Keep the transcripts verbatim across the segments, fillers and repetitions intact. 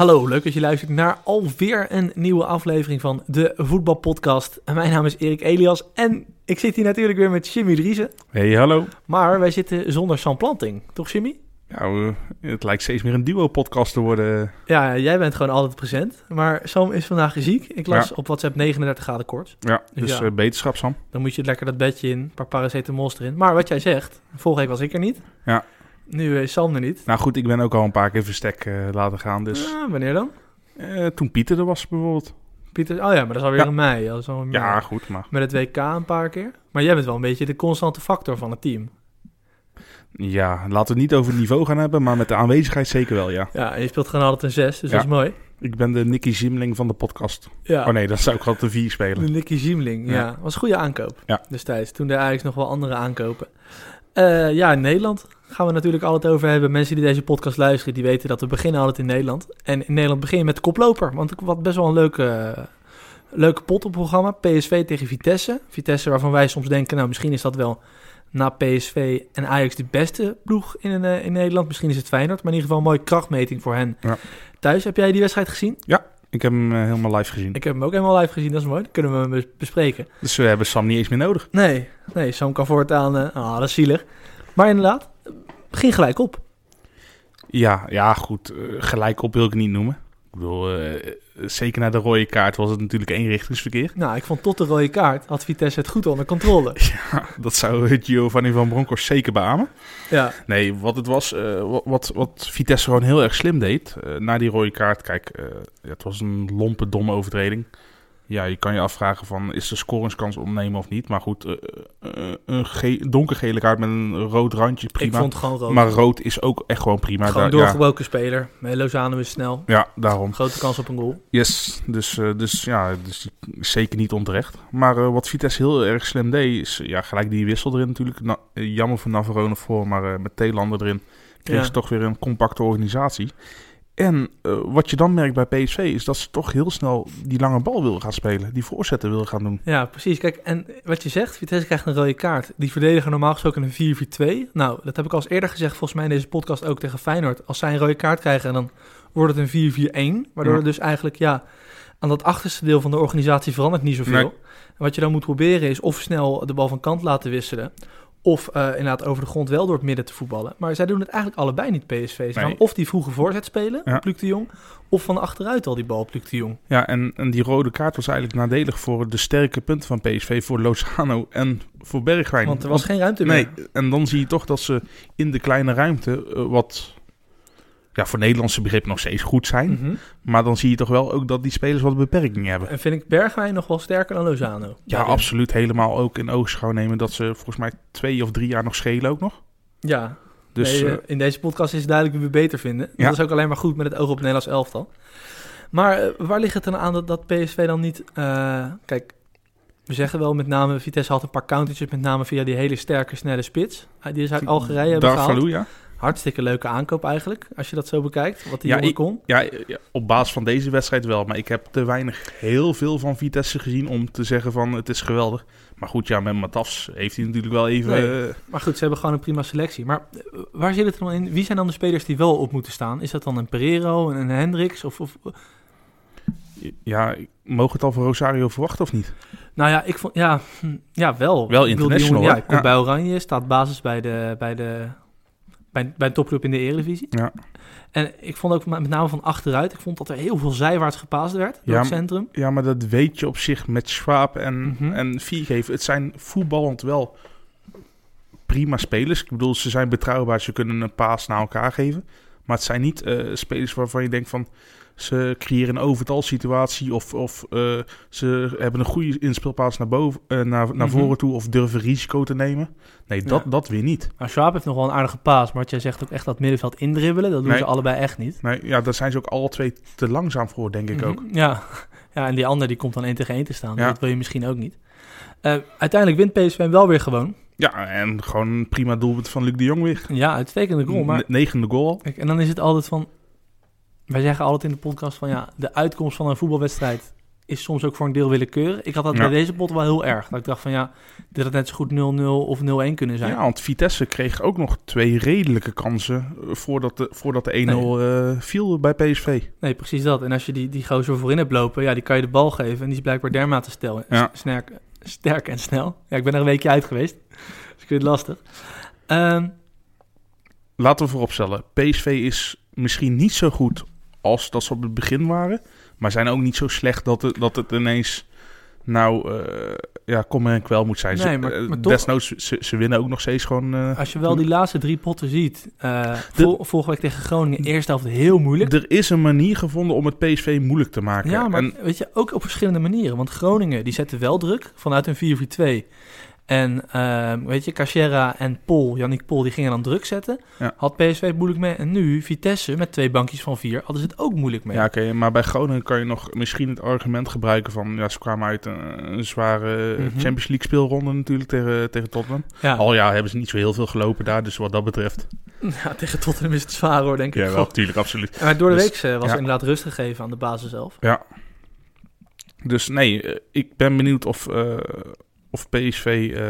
Hallo, leuk dat je luistert naar alweer een nieuwe aflevering van de Voetbalpodcast. Mijn naam is Erik Elias en ik zit hier natuurlijk weer met Jimmy Driessen. Hey, hallo. Maar wij zitten zonder Sam Planting, toch Jimmy? Ja, uh, het lijkt steeds meer een duo-podcast te worden. Ja, jij bent gewoon altijd present, maar Sam is vandaag ziek. Ik las Ja. op WhatsApp negenendertig graden koorts. Ja, dus, Dus ja. uh, beterschap, Sam. Dan moet je lekker dat bedje in, een paar paracetamols erin. Maar wat jij zegt, vorige week was ik er niet. Ja. Nu is Sam er niet. Nou goed, ik ben ook al een paar keer verstek uh, laten gaan, dus... Ja, wanneer dan? Uh, toen Pieter er was, bijvoorbeeld. Pieter, oh ja, maar dat is alweer Ja. in mei. Dat is al in mei. Ja, goed, maar... Met het W K een paar keer. Maar jij bent wel een beetje de constante factor van het team. Ja, laten we het niet over het niveau gaan hebben, maar met de aanwezigheid zeker wel, ja. Ja, en je speelt gewoon altijd een zes, dus Ja. dat is mooi. Ik ben de Nicky Zimling van de podcast. Ja. Oh nee, dat zou ik altijd een vier spelen. De Nicky Ziemling, ja. Ja. Was een goede aankoop Ja. destijds. Toen de Ajax nog wel andere aankopen. Uh, ja, in Nederland gaan we natuurlijk altijd over hebben. Mensen die deze podcast luisteren, die weten dat we beginnen altijd in Nederland. En in Nederland begin je met de koploper. Want ik had best wel een leuke, uh, leuke pot op het programma. P S V tegen Vitesse. Vitesse waarvan wij soms denken, nou misschien is dat wel na P S V en Ajax de beste ploeg in, uh, in Nederland. Misschien is het Feyenoord, maar in ieder geval een mooie krachtmeting voor hen. Ja. Thuis, heb jij die wedstrijd gezien? Ja, ik heb hem uh, helemaal live gezien. Ik heb hem ook helemaal live gezien, dat is mooi. Dat kunnen we hem bes- bespreken. Dus we hebben Sam niet eens meer nodig. Nee, nee, Sam kan voortaan... Ah, uh, oh, dat is zielig. Maar inderdaad, ging gelijk op. Ja, ja goed. Uh, gelijk op wil ik het niet noemen. Ik bedoel, uh, zeker na de rode kaart was het natuurlijk eenrichtingsverkeer. Nou, ik vond tot de rode kaart had Vitesse het goed onder controle. Ja, dat zou Giovanni van Bronckhorst zeker beamen. Ja. Nee, wat het was, uh, wat, wat Vitesse gewoon heel erg slim deed, uh, na die rode kaart, kijk, uh, ja, het was een lompe, domme overtreding. Ja, je kan je afvragen van, is de scoringskans opnemen of niet? Maar goed, uh, uh, een ge- donkergele kaart met een rood randje, prima. Ik vond het gewoon rood. Maar rood is ook echt gewoon prima. Gewoon Da- doorgebroken ja. speler. Met Lozano is snel. Ja, daarom. Grote kans op een goal. Yes, dus, uh, dus ja, dus zeker niet onterecht. Maar uh, wat Vitesse heel erg slim deed, is ja, gelijk die wissel erin natuurlijk. Na- uh, jammer voor Navarone voor, maar uh, met Thelander erin kreeg Ja. ze toch weer een compacte organisatie. En uh, wat je dan merkt bij P S V is dat ze toch heel snel die lange bal willen gaan spelen. Die voorzetten willen gaan doen. Ja, precies. Kijk, en wat je zegt, Vitesse krijgt een rode kaart. Die verdedigen normaal gesproken een vier vier twee. Nou, dat heb ik al eens eerder gezegd, volgens mij in deze podcast ook tegen Feyenoord. Als zij een rode kaart krijgen, dan wordt het een vier vier een. Waardoor Ja. er dus eigenlijk, ja, aan dat achterste deel van de organisatie verandert niet zoveel. Nee. En wat je dan moet proberen is of snel de bal van kant laten wisselen. Of uh, inderdaad over de grond wel door het midden te voetballen. Maar zij doen het eigenlijk allebei niet, P S V. Ze gaan Nee. of die vroege voorzet spelen, Ja. op Luc de Jong, of van achteruit al die bal op Luc de Jong. Ja, en, en die rode kaart was eigenlijk nadelig voor de sterke punten van P S V. Voor Lozano en voor Bergwijn. Want er was geen ruimte meer. Nee, en dan zie je toch dat ze in de kleine ruimte uh, wat... Ja, voor Nederlandse begrip nog steeds goed zijn. Mm-hmm. Maar dan zie je toch wel ook dat die spelers wat beperkingen hebben. En vind ik Bergwijn nog wel sterker dan Lozano. Ja, Daarin. absoluut. Helemaal ook in oogschouw nemen dat ze volgens mij twee of drie jaar nog schelen ook nog. Ja, Dus nee, uh, uh, in deze podcast is het duidelijk wie we beter vinden. Ja. Dat is ook alleen maar goed met het oog op het Nederlands elftal. Maar uh, waar ligt het dan aan dat, dat P S V dan niet... Uh, kijk, we zeggen wel met name... Vitesse had een paar countertjes met name via die hele sterke, snelle spits. Uh, die is uit Algerije hebben gehaald. Darvalu, ja. Hartstikke leuke aankoop eigenlijk, als je dat zo bekijkt. Wat die Ja, jongen ik- kon. Ja, ja, op basis van deze wedstrijd wel. Maar ik heb te weinig heel veel van Vitesse gezien om te zeggen van het is geweldig. Maar goed, ja, met Matafs heeft hij natuurlijk wel even... Nee. uh, Maar goed, ze hebben gewoon een prima selectie. Maar uh, waar zit het dan in? Wie zijn dan de spelers die wel op moeten staan? Is dat dan een Pereiro, een Hendricks? Of, of... ja, mogen het al voor Rosario verwachten of niet? Nou ja, ik vond... Ja, hm, ja wel. Wel Ik bedoel, die international, jongen, ja, hoor. komt Ja. bij Oranje, staat basis bij de... Bij de bij, bij een topclub in de Eredivisie. Ja. En ik vond ook met name van achteruit... Ik vond dat er heel veel zijwaarts gepaasd werd door Ja, het centrum. Ja, maar dat weet je op zich met Schwab en, Mhm. en Viergever. Het zijn voetballend wel prima spelers. Ik bedoel, ze zijn betrouwbaar. Ze kunnen een paas naar elkaar geven. Maar het zijn niet uh, spelers waarvan je denkt van... Ze creëren een overtalsituatie of, of uh, ze hebben een goede inspeelpaas naar, boven, uh, naar, naar Mhm. voren toe... of durven risico te nemen. Nee, dat, Ja. dat weer niet. Nou, Schwab heeft nog wel een aardige paas. Maar wat jij zegt ook echt dat middenveld indribbelen... Dat doen Nee. ze allebei echt niet. Nee, ja, daar zijn ze ook alle twee te langzaam voor, denk ik ook. Mhm. Ja. Ja, en die ander die komt dan één tegen één te staan. Ja. Dat wil je misschien ook niet. Uh, uiteindelijk wint P S V wel weer gewoon. Ja, en gewoon een prima doelpunt van Luc de Jong weer. Ja, uitstekende goal. Maar N- negende goal. kijk, en dan is het altijd van... Wij zeggen altijd in de podcast van ja, de uitkomst van een voetbalwedstrijd is soms ook voor een deel willekeurig. Ik had dat Ja. bij deze pot wel heel erg. Dat ik dacht van ja, dit had net zo goed nul nul of nul een kunnen zijn. Ja, want Vitesse kreeg ook nog twee redelijke kansen voordat de, voordat de een nul nee. uh, viel bij P S V. Nee, precies dat. En als je die, die gozer voorin hebt lopen, ja, die kan je de bal geven. En die is blijkbaar dermate stel, ja. sterk, sterk en snel. Ja, ik ben er een weekje uit geweest. Dus ik vind het lastig. Um, Laten we vooropstellen, P S V is misschien niet zo goed als dat ze op het begin waren. Maar zijn ook niet zo slecht dat het, dat het ineens nou, uh, ja, kom en kwel moet zijn. Nee, maar, maar toch, desnoods, ze, ze winnen ook nog steeds gewoon... Uh, als je wel die laatste drie potten ziet. Uh, de, vol, vorige week tegen Groningen, eerste helft heel moeilijk. Er is een manier gevonden om het P S V moeilijk te maken. Ja, maar en, weet je, ook op verschillende manieren. Want Groningen, die zetten wel druk vanuit een vier vier twee. En uh, weet je, Cachera en Pol, Yannick Pol, die gingen dan druk zetten. Ja. Had P S V moeilijk mee. En nu, Vitesse met twee bankjes van vier, hadden ze het ook moeilijk mee. Ja, oké. Okay, maar bij Groningen kan je nog misschien het argument gebruiken van... Ja, ze kwamen uit een, een zware mm-hmm. Champions League speelronde natuurlijk tegen, tegen Tottenham. Ja. Al ja, hebben ze niet zo heel veel gelopen daar, dus wat dat betreft... Ja, tegen Tottenham is het zwaar hoor, denk ik. Ja, wel, natuurlijk, absoluut. Maar door de dus, week was ja. inderdaad rust gegeven aan de basis zelf. Ja. Dus nee, ik ben benieuwd of, uh, of P S V... Uh,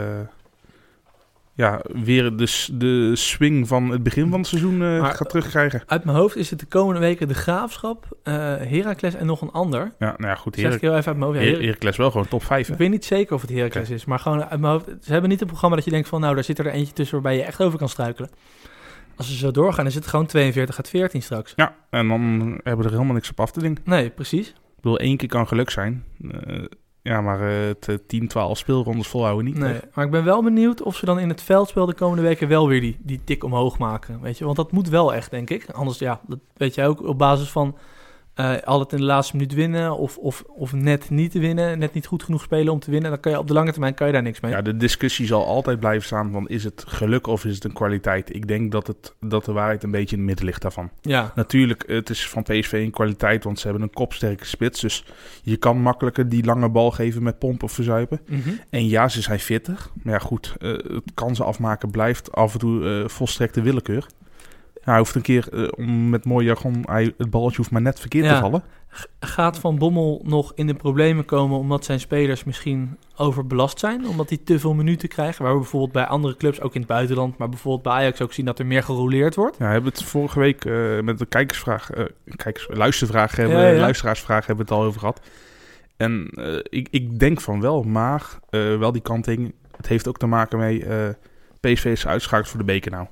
ja, weer de, de swing van het begin van het seizoen uh, maar, gaat terugkrijgen. Uit mijn hoofd is het de komende weken de Graafschap, uh, Heracles en nog een ander. Ja, nou ja, goed. Zeg ik heel even uit mijn hoofd. Ja, Her- Heracles wel gewoon top vijf. Hè? Ik weet niet zeker of het Heracles okay. is, maar gewoon uit mijn hoofd. Ze hebben niet een programma dat je denkt van, nou, daar zit er eentje tussen waarbij je echt over kan struikelen. Als ze zo doorgaan, is het gewoon tweeënveertig uit veertien straks. Ja, en dan hebben we er helemaal niks op af te dingen. Nee, precies. Ik bedoel, één keer kan geluk zijn. Uh, Ja, maar uh, het uh, tien, twaalf speelrondes volhouden niet. Nee, maar ik ben wel benieuwd of ze dan in het veldspel de komende weken wel weer die, die tik omhoog maken. Weet je, want dat moet wel echt, denk ik. Anders, ja, dat weet jij ook op basis van uh, altijd in de laatste minuut winnen of, of, of net niet te winnen, net niet goed genoeg spelen om te winnen. Dan kan je op de lange termijn kan je daar niks mee. Ja, de discussie zal altijd blijven staan van is het geluk of is het een kwaliteit? Ik denk dat, het, dat de waarheid een beetje in het midden ligt daarvan. Ja. Natuurlijk, het is van P S V een kwaliteit, want ze hebben een kopsterke spits. Dus je kan makkelijker die lange bal geven met pompen of verzuipen. Mm-hmm. En ja, ze zijn fitter. Maar ja, goed, uh, het kansen afmaken blijft af en toe uh, volstrekte willekeur. Ja, hij hoeft een keer, uh, om met mooi jargon, hij, het balletje hoeft maar net verkeerd ja. te vallen. Gaat Van Bommel nog in de problemen komen omdat zijn spelers misschien overbelast zijn? Omdat die te veel minuten krijgen? Waar we bijvoorbeeld bij andere clubs, ook in het buitenland, maar bijvoorbeeld bij Ajax ook zien dat er meer gerouleerd wordt? Ja, we hebben het vorige week uh, met de kijkersvraag, uh, kijkers, luistervraag, hebben, ja, ja. luisteraarsvraag hebben we het al over gehad. En uh, ik, ik denk van wel, maar uh, wel die kanting, het heeft ook te maken mee, uh, P S V is uitschakeld voor de beker nou.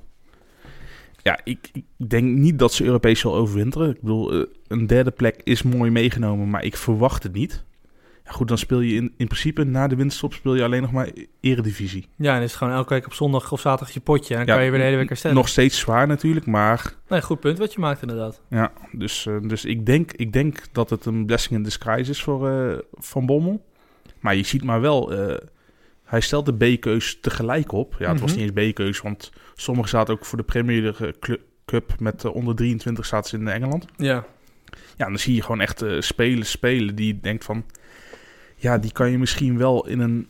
Ja, ik, ik denk niet dat ze Europees zal overwinteren. Ik bedoel, uh, een derde plek is mooi meegenomen, maar ik verwacht het niet. Ja, goed, dan speel je in, in principe na de winterstop speel je alleen nog maar eredivisie. Ja, en is het gewoon elke week op zondag of zaterdag je potje. En dan ja, kan je weer de hele week herstellen. Nog steeds zwaar natuurlijk, maar... Nee, goed punt wat je maakt inderdaad. Ja, dus, uh, dus ik, denk, ik denk dat het een blessing in disguise is voor uh, Van Bommel. Maar je ziet maar wel... Uh, Hij stelt de B-keus tegelijk op. Ja, het mm-hmm. was niet eens B-keus, want sommigen zaten ook voor de Premier League Cup met uh, onder drieëntwintig zaten ze in Engeland. Ja. Ja, dan zie je gewoon echt uh, spelers spelen die denkt van... Ja, die kan je misschien wel in een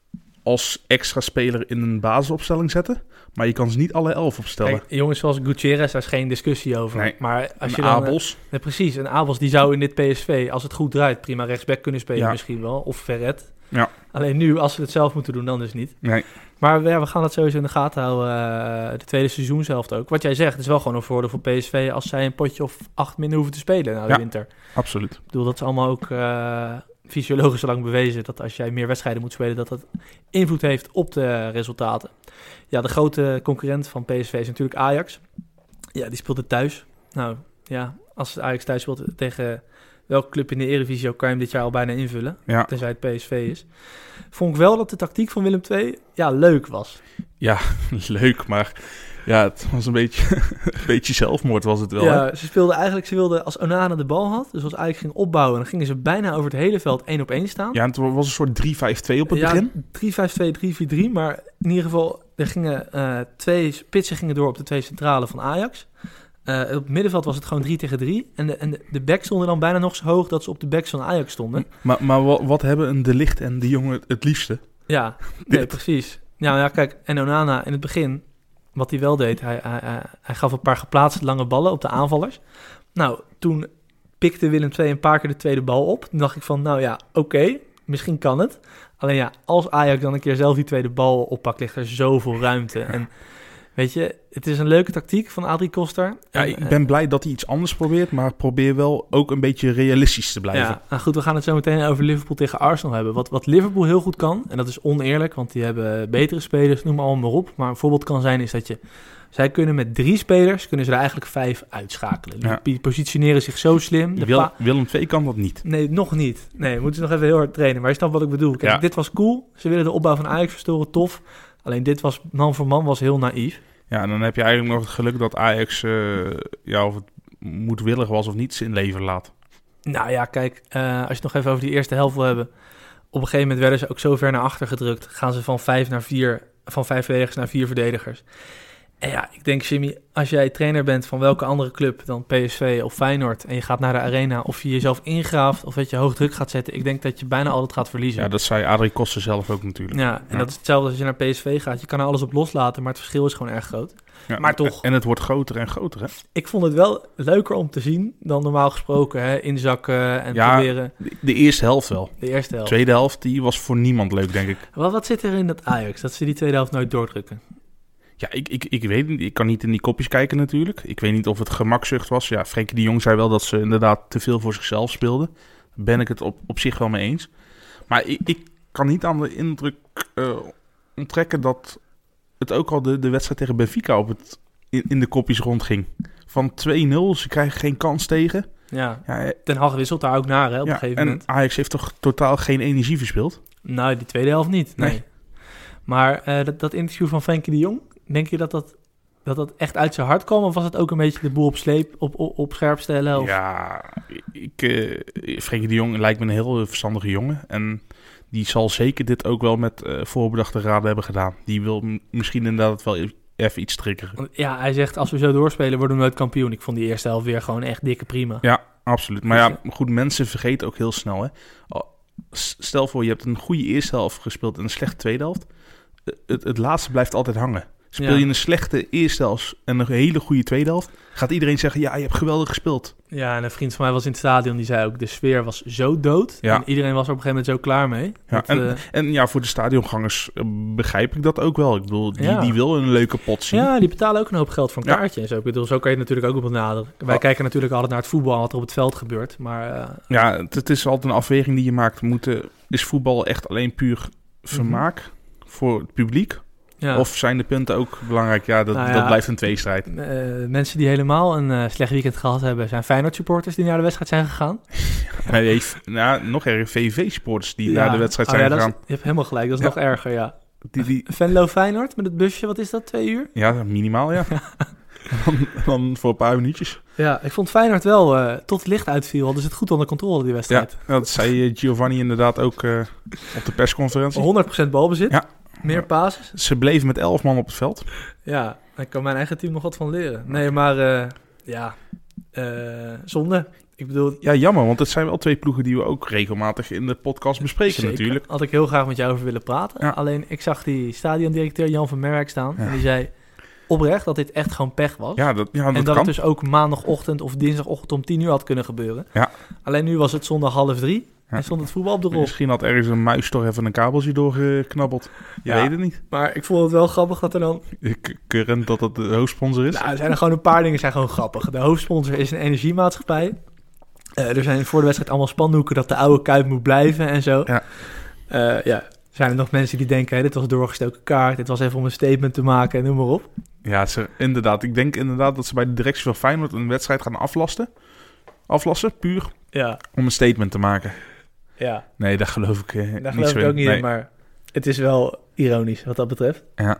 als extra speler in een basisopstelling zetten. Maar je kan ze niet alle elf opstellen. Kijk, jongens zoals Gutierrez, daar is geen discussie over. Nee. Maar als en je dan, Abels. Nee, precies, en Abels die zou in dit P S V, als het goed draait, prima rechtsback kunnen spelen ja. misschien wel. Of Verret. Ja. Alleen nu, als ze het zelf moeten doen, dan dus niet. Nee. Maar ja, we gaan dat sowieso in de gaten houden. Uh, de tweede seizoen zelf ook. Wat jij zegt, is wel gewoon een voordeel voor P S V als zij een potje of acht minder hoeven te spelen na de ja, winter. Absoluut. Ik bedoel, dat is allemaal ook uh, fysiologisch lang bewezen. Dat als jij meer wedstrijden moet spelen, dat dat invloed heeft op de resultaten. Ja, de grote concurrent van P S V is natuurlijk Ajax. Ja, die speelt het thuis. Nou ja, als Ajax thuis speelt tegen... welke club in de Eredivisie ook kan je hem dit jaar al bijna invullen. Ja. Tenzij het P S V is. Vond ik wel dat de tactiek van Willem twee ja, leuk was. Ja, leuk, maar ja, het was een beetje, een beetje zelfmoord was het wel. Ja, hè? Ze speelden eigenlijk, ze wilden als Onana de bal had, dus als Ajax ging opbouwen, dan gingen ze bijna over het hele veld één op één staan. Ja, het was een soort drie vijf twee op het ja, begin. drie vijf twee, drie vier drie, maar in ieder geval, er gingen uh, twee spitsen gingen door op de twee centralen van Ajax. Uh, op het middenveld was het gewoon drie tegen drie. En de, en de, de backs stonden dan bijna nog zo hoog dat ze op de backs van Ajax stonden. Maar, maar wat, wat hebben een De Ligt en de jongen het liefste? Ja, nee, precies. Ja, ja, kijk, en Onana in het begin, wat hij wel deed, hij, hij, hij, hij gaf een paar geplaatste lange ballen op de aanvallers. Nou, toen pikte Willem twee een paar keer de tweede bal op. Toen dacht ik van, nou ja, oké, okay, misschien kan het. Alleen ja, als Ajax dan een keer zelf die tweede bal oppakt, ligt er zoveel ruimte. En weet je, het is een leuke tactiek van Adrie Koster. Ja, en, ik ben blij dat hij iets anders probeert, maar probeer wel ook een beetje realistisch te blijven. Ja, nou goed, we gaan het zo meteen over Liverpool tegen Arsenal hebben. Wat, wat Liverpool heel goed kan, en dat is oneerlijk, want die hebben betere spelers, noem maar allemaal maar op. Maar een voorbeeld kan zijn is dat je... Zij kunnen met drie spelers, kunnen ze er eigenlijk vijf uitschakelen. Die Ja. positioneren zich zo slim. De Wil, pa- Willem twee kan dat niet. Nee, nog niet. Nee, moeten ze nog even heel hard trainen. Maar je snapt wat ik bedoel. Kijk, Ja. dit was cool. Ze willen de opbouw van Ajax verstoren, tof. Alleen dit was, man voor man, was heel naïef. Ja, en dan heb je eigenlijk nog het geluk dat Ajax, uh, ja, of het moedwillig was of niet, zijn leven laat. Nou ja, kijk, uh, als je het nog even over die eerste helft wil hebben. Op een gegeven moment werden ze ook zo ver naar achter gedrukt. Gaan ze van vijf naar vier, van vijf verdedigers naar vier verdedigers. En ja, ik denk, Jimmy, als jij trainer bent van welke andere club dan P S V of Feyenoord en je gaat naar de arena of je jezelf ingraaft of dat je hoog druk gaat zetten, ik denk dat je bijna altijd gaat verliezen. Ja, dat zei Adrie Koster zelf ook natuurlijk. Ja, en ja. dat is hetzelfde als je naar P S V gaat. Je kan er alles op loslaten, maar het verschil is gewoon erg groot. Ja, maar toch. En het wordt groter en groter, hè? Ik vond het wel leuker om te zien dan normaal gesproken, hè? Inzakken en ja, proberen. De, de eerste helft wel. De eerste helft. De tweede helft, die was voor niemand leuk, denk ik. Wat, wat zit er in dat Ajax, dat ze die tweede helft nooit doordrukken? Ja, ik, ik, ik weet niet. Ik kan niet in die kopjes kijken natuurlijk. Ik weet niet of het gemakzucht was. Ja, Frenkie de Jong zei wel dat ze inderdaad te veel voor zichzelf speelden. Daar ben ik het op, op zich wel mee eens. Maar ik, ik kan niet aan de indruk uh, onttrekken dat het ook al de, de wedstrijd tegen Benfica op het, in, in de kopjes rondging. Van twee nul, ze krijgen geen kans tegen. Ja, ja Ten Hag wisselt daar ook naar, hè, op ja, een gegeven en moment. Ajax heeft toch totaal geen energie verspeeld? Nou, die tweede helft niet, nee. nee. Maar uh, dat, dat interview van Frenkie de Jong, denk je dat dat, dat dat echt uit zijn hart kwam? Of was het ook een beetje de boel op sleep, op, op, op scherp stellen? Of? Ja, ik, uh, Frenkie de Jong lijkt me een heel verstandige jongen. En die zal zeker dit ook wel met uh, voorbedachte raden hebben gedaan. Die wil m- misschien inderdaad wel even iets triggeren. Ja, hij zegt als we zo doorspelen worden we nooit kampioen. Ik vond die eerste helft weer gewoon echt dikke prima. Ja, absoluut. Maar ja, goed, mensen vergeten ook heel snel. Hè. Stel voor, je hebt een goede eerste helft gespeeld en een slechte tweede helft. Het, het laatste blijft altijd hangen. Speel je ja. een slechte eerste helft en een hele goede tweede helft, gaat iedereen zeggen, ja, je hebt geweldig gespeeld. Ja, en een vriend van mij was in het stadion, die zei ook, de sfeer was zo dood. Ja. En iedereen was er op een gegeven moment zo klaar mee. Ja, dat, en, uh... en ja, voor de stadiongangers uh, begrijp ik dat ook wel. Ik bedoel, die, ja. die wil een leuke pot zien. Ja, die betalen ook een hoop geld voor een kaartje. Ja. En zo. Ik bedoel, zo kan je het natuurlijk ook op benaderen. Wij oh. kijken natuurlijk altijd naar het voetbal en wat er op het veld gebeurt. Maar, uh... ja, het, het is altijd een afweging die je maakt. Moet, uh, is voetbal echt alleen puur vermaak mm-hmm. voor het publiek? Ja. Of zijn de punten ook belangrijk? Ja, dat, nou ja, dat blijft een tweestrijd. Uh, mensen die helemaal een uh, slecht weekend gehad hebben, zijn Feyenoord-supporters die naar de wedstrijd zijn gegaan. Nee, nou, nog erger, V V-supporters die ja. naar de wedstrijd zijn oh, ja, gegaan. Is, je hebt helemaal gelijk, dat is ja. nog erger, ja. Die, die... Venlo-Feyenoord met het busje, wat is dat, twee uur? Ja, minimaal, ja. dan, dan voor een paar minuutjes. Ja, ik vond Feyenoord wel, uh, tot het licht uitviel, hadden ze het goed onder controle, die wedstrijd. Ja, dat zei uh, Giovanni inderdaad ook uh, op de persconferentie. honderd procent balbezit. Ja. Meer passes. Ze bleven met elf man op het veld. Ja, daar kan mijn eigen team nog wat van leren. Nee, maar uh, ja, uh, zonde. Ik bedoel... Ja, jammer, want het zijn wel twee ploegen die we ook regelmatig in de podcast bespreken Zeker. natuurlijk. Had ik heel graag met jou over willen praten. Ja. Alleen, ik zag die stadiondirecteur Jan van Merwijk staan. Ja. En die zei oprecht dat dit echt gewoon pech was. Ja, dat, ja, dat en dat kan. het dus ook maandagochtend of dinsdagochtend om tien uur had kunnen gebeuren. Ja. Alleen nu was het zondag half drie. Ja. En stond het voetbal op de rol. Misschien had ergens een muis toch even een kabeltje doorgeknabbeld. Je ja, weet het niet. Maar ik vond het wel grappig dat er dan... Current dat dat de hoofdsponsor is? Nou, er zijn er gewoon een paar dingen zijn gewoon grappig. De hoofdsponsor is een energiemaatschappij. Uh, er zijn voor de wedstrijd allemaal spandoeken dat de oude Kuip moet blijven en zo. Ja. Uh, ja. Zijn er nog mensen die denken, hey, dit was doorgestoken kaart. Dit was even om een statement te maken en noem maar op. Ja, ze, inderdaad. Ik denk inderdaad dat ze bij de directie van Feyenoord een wedstrijd gaan aflasten. Aflassen, puur. Ja. Om een statement te maken. Ja. Nee, dat geloof ik uh, Daar niet geloof zo ik in. ook niet nee. in, maar het is wel ironisch wat dat betreft. Ja.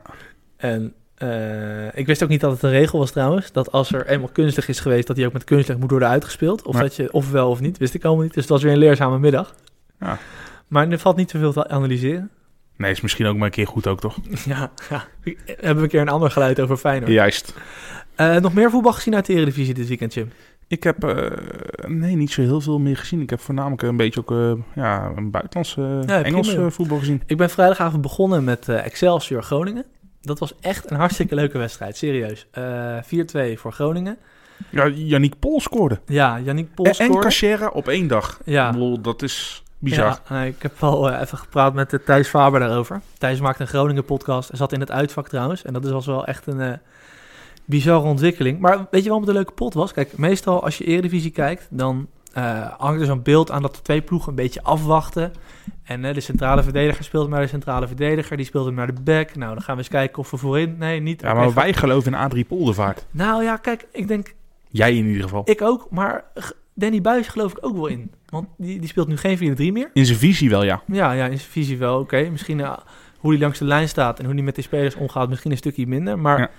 En uh, ik wist ook niet dat het een regel was trouwens, dat als er eenmaal kunstlicht is geweest, dat die ook met kunstlicht moet worden uitgespeeld. Of nee. dat je, of wel of niet, wist ik allemaal niet. Dus het was weer een leerzame middag. Ja. Maar er valt niet zoveel te analyseren. Nee, is misschien ook maar een keer goed ook, toch? Ja, ja. Hebben we een keer een ander geluid over Feyenoord. Juist. Uh, nog meer voetbal gezien uit de Eredivisie dit weekend, Jim? Ik heb, uh, nee, niet zo heel veel meer gezien. Ik heb voornamelijk een beetje ook uh, ja, een buitenlandse uh, ja, Engels uh, voetbal gezien. Ik ben vrijdagavond begonnen met uh, Excelsior Groningen. Dat was echt een hartstikke leuke wedstrijd, serieus. Uh, vier twee voor Groningen. Ja, Yannick Pol scoorde. Ja, Yannick Pol En, scoorde. en Cachera op één dag. Ja. Ik bedoel, dat is bizar. Ja, nee, ik heb wel uh, even gepraat met uh, Thijs Faber daarover. Thijs maakt een Groningen podcast en zat in het uitvak trouwens. En dat was wel echt een uh, bizarre ontwikkeling. Maar weet je waarom het een leuke pot was? Kijk, meestal als je Eredivisie kijkt, dan uh, hangt er zo'n beeld aan dat de twee ploegen een beetje afwachten. En uh, de centrale verdediger speelt maar de centrale verdediger. Die speelt hem naar de back. Nou, dan gaan we eens kijken of we voorin... Nee, niet. Ja, maar wij geloven in Adrie Poldervaart. Nou ja, kijk, ik denk... Jij in ieder geval. Ik ook, maar Danny Buijs geloof ik ook wel in. Want die, die speelt nu geen vier drie meer. In zijn visie wel, ja. Ja, ja in zijn visie wel, oké. Okay. Misschien uh, hoe hij langs de lijn staat en hoe hij met die spelers omgaat, misschien een stukje minder. Maar ja.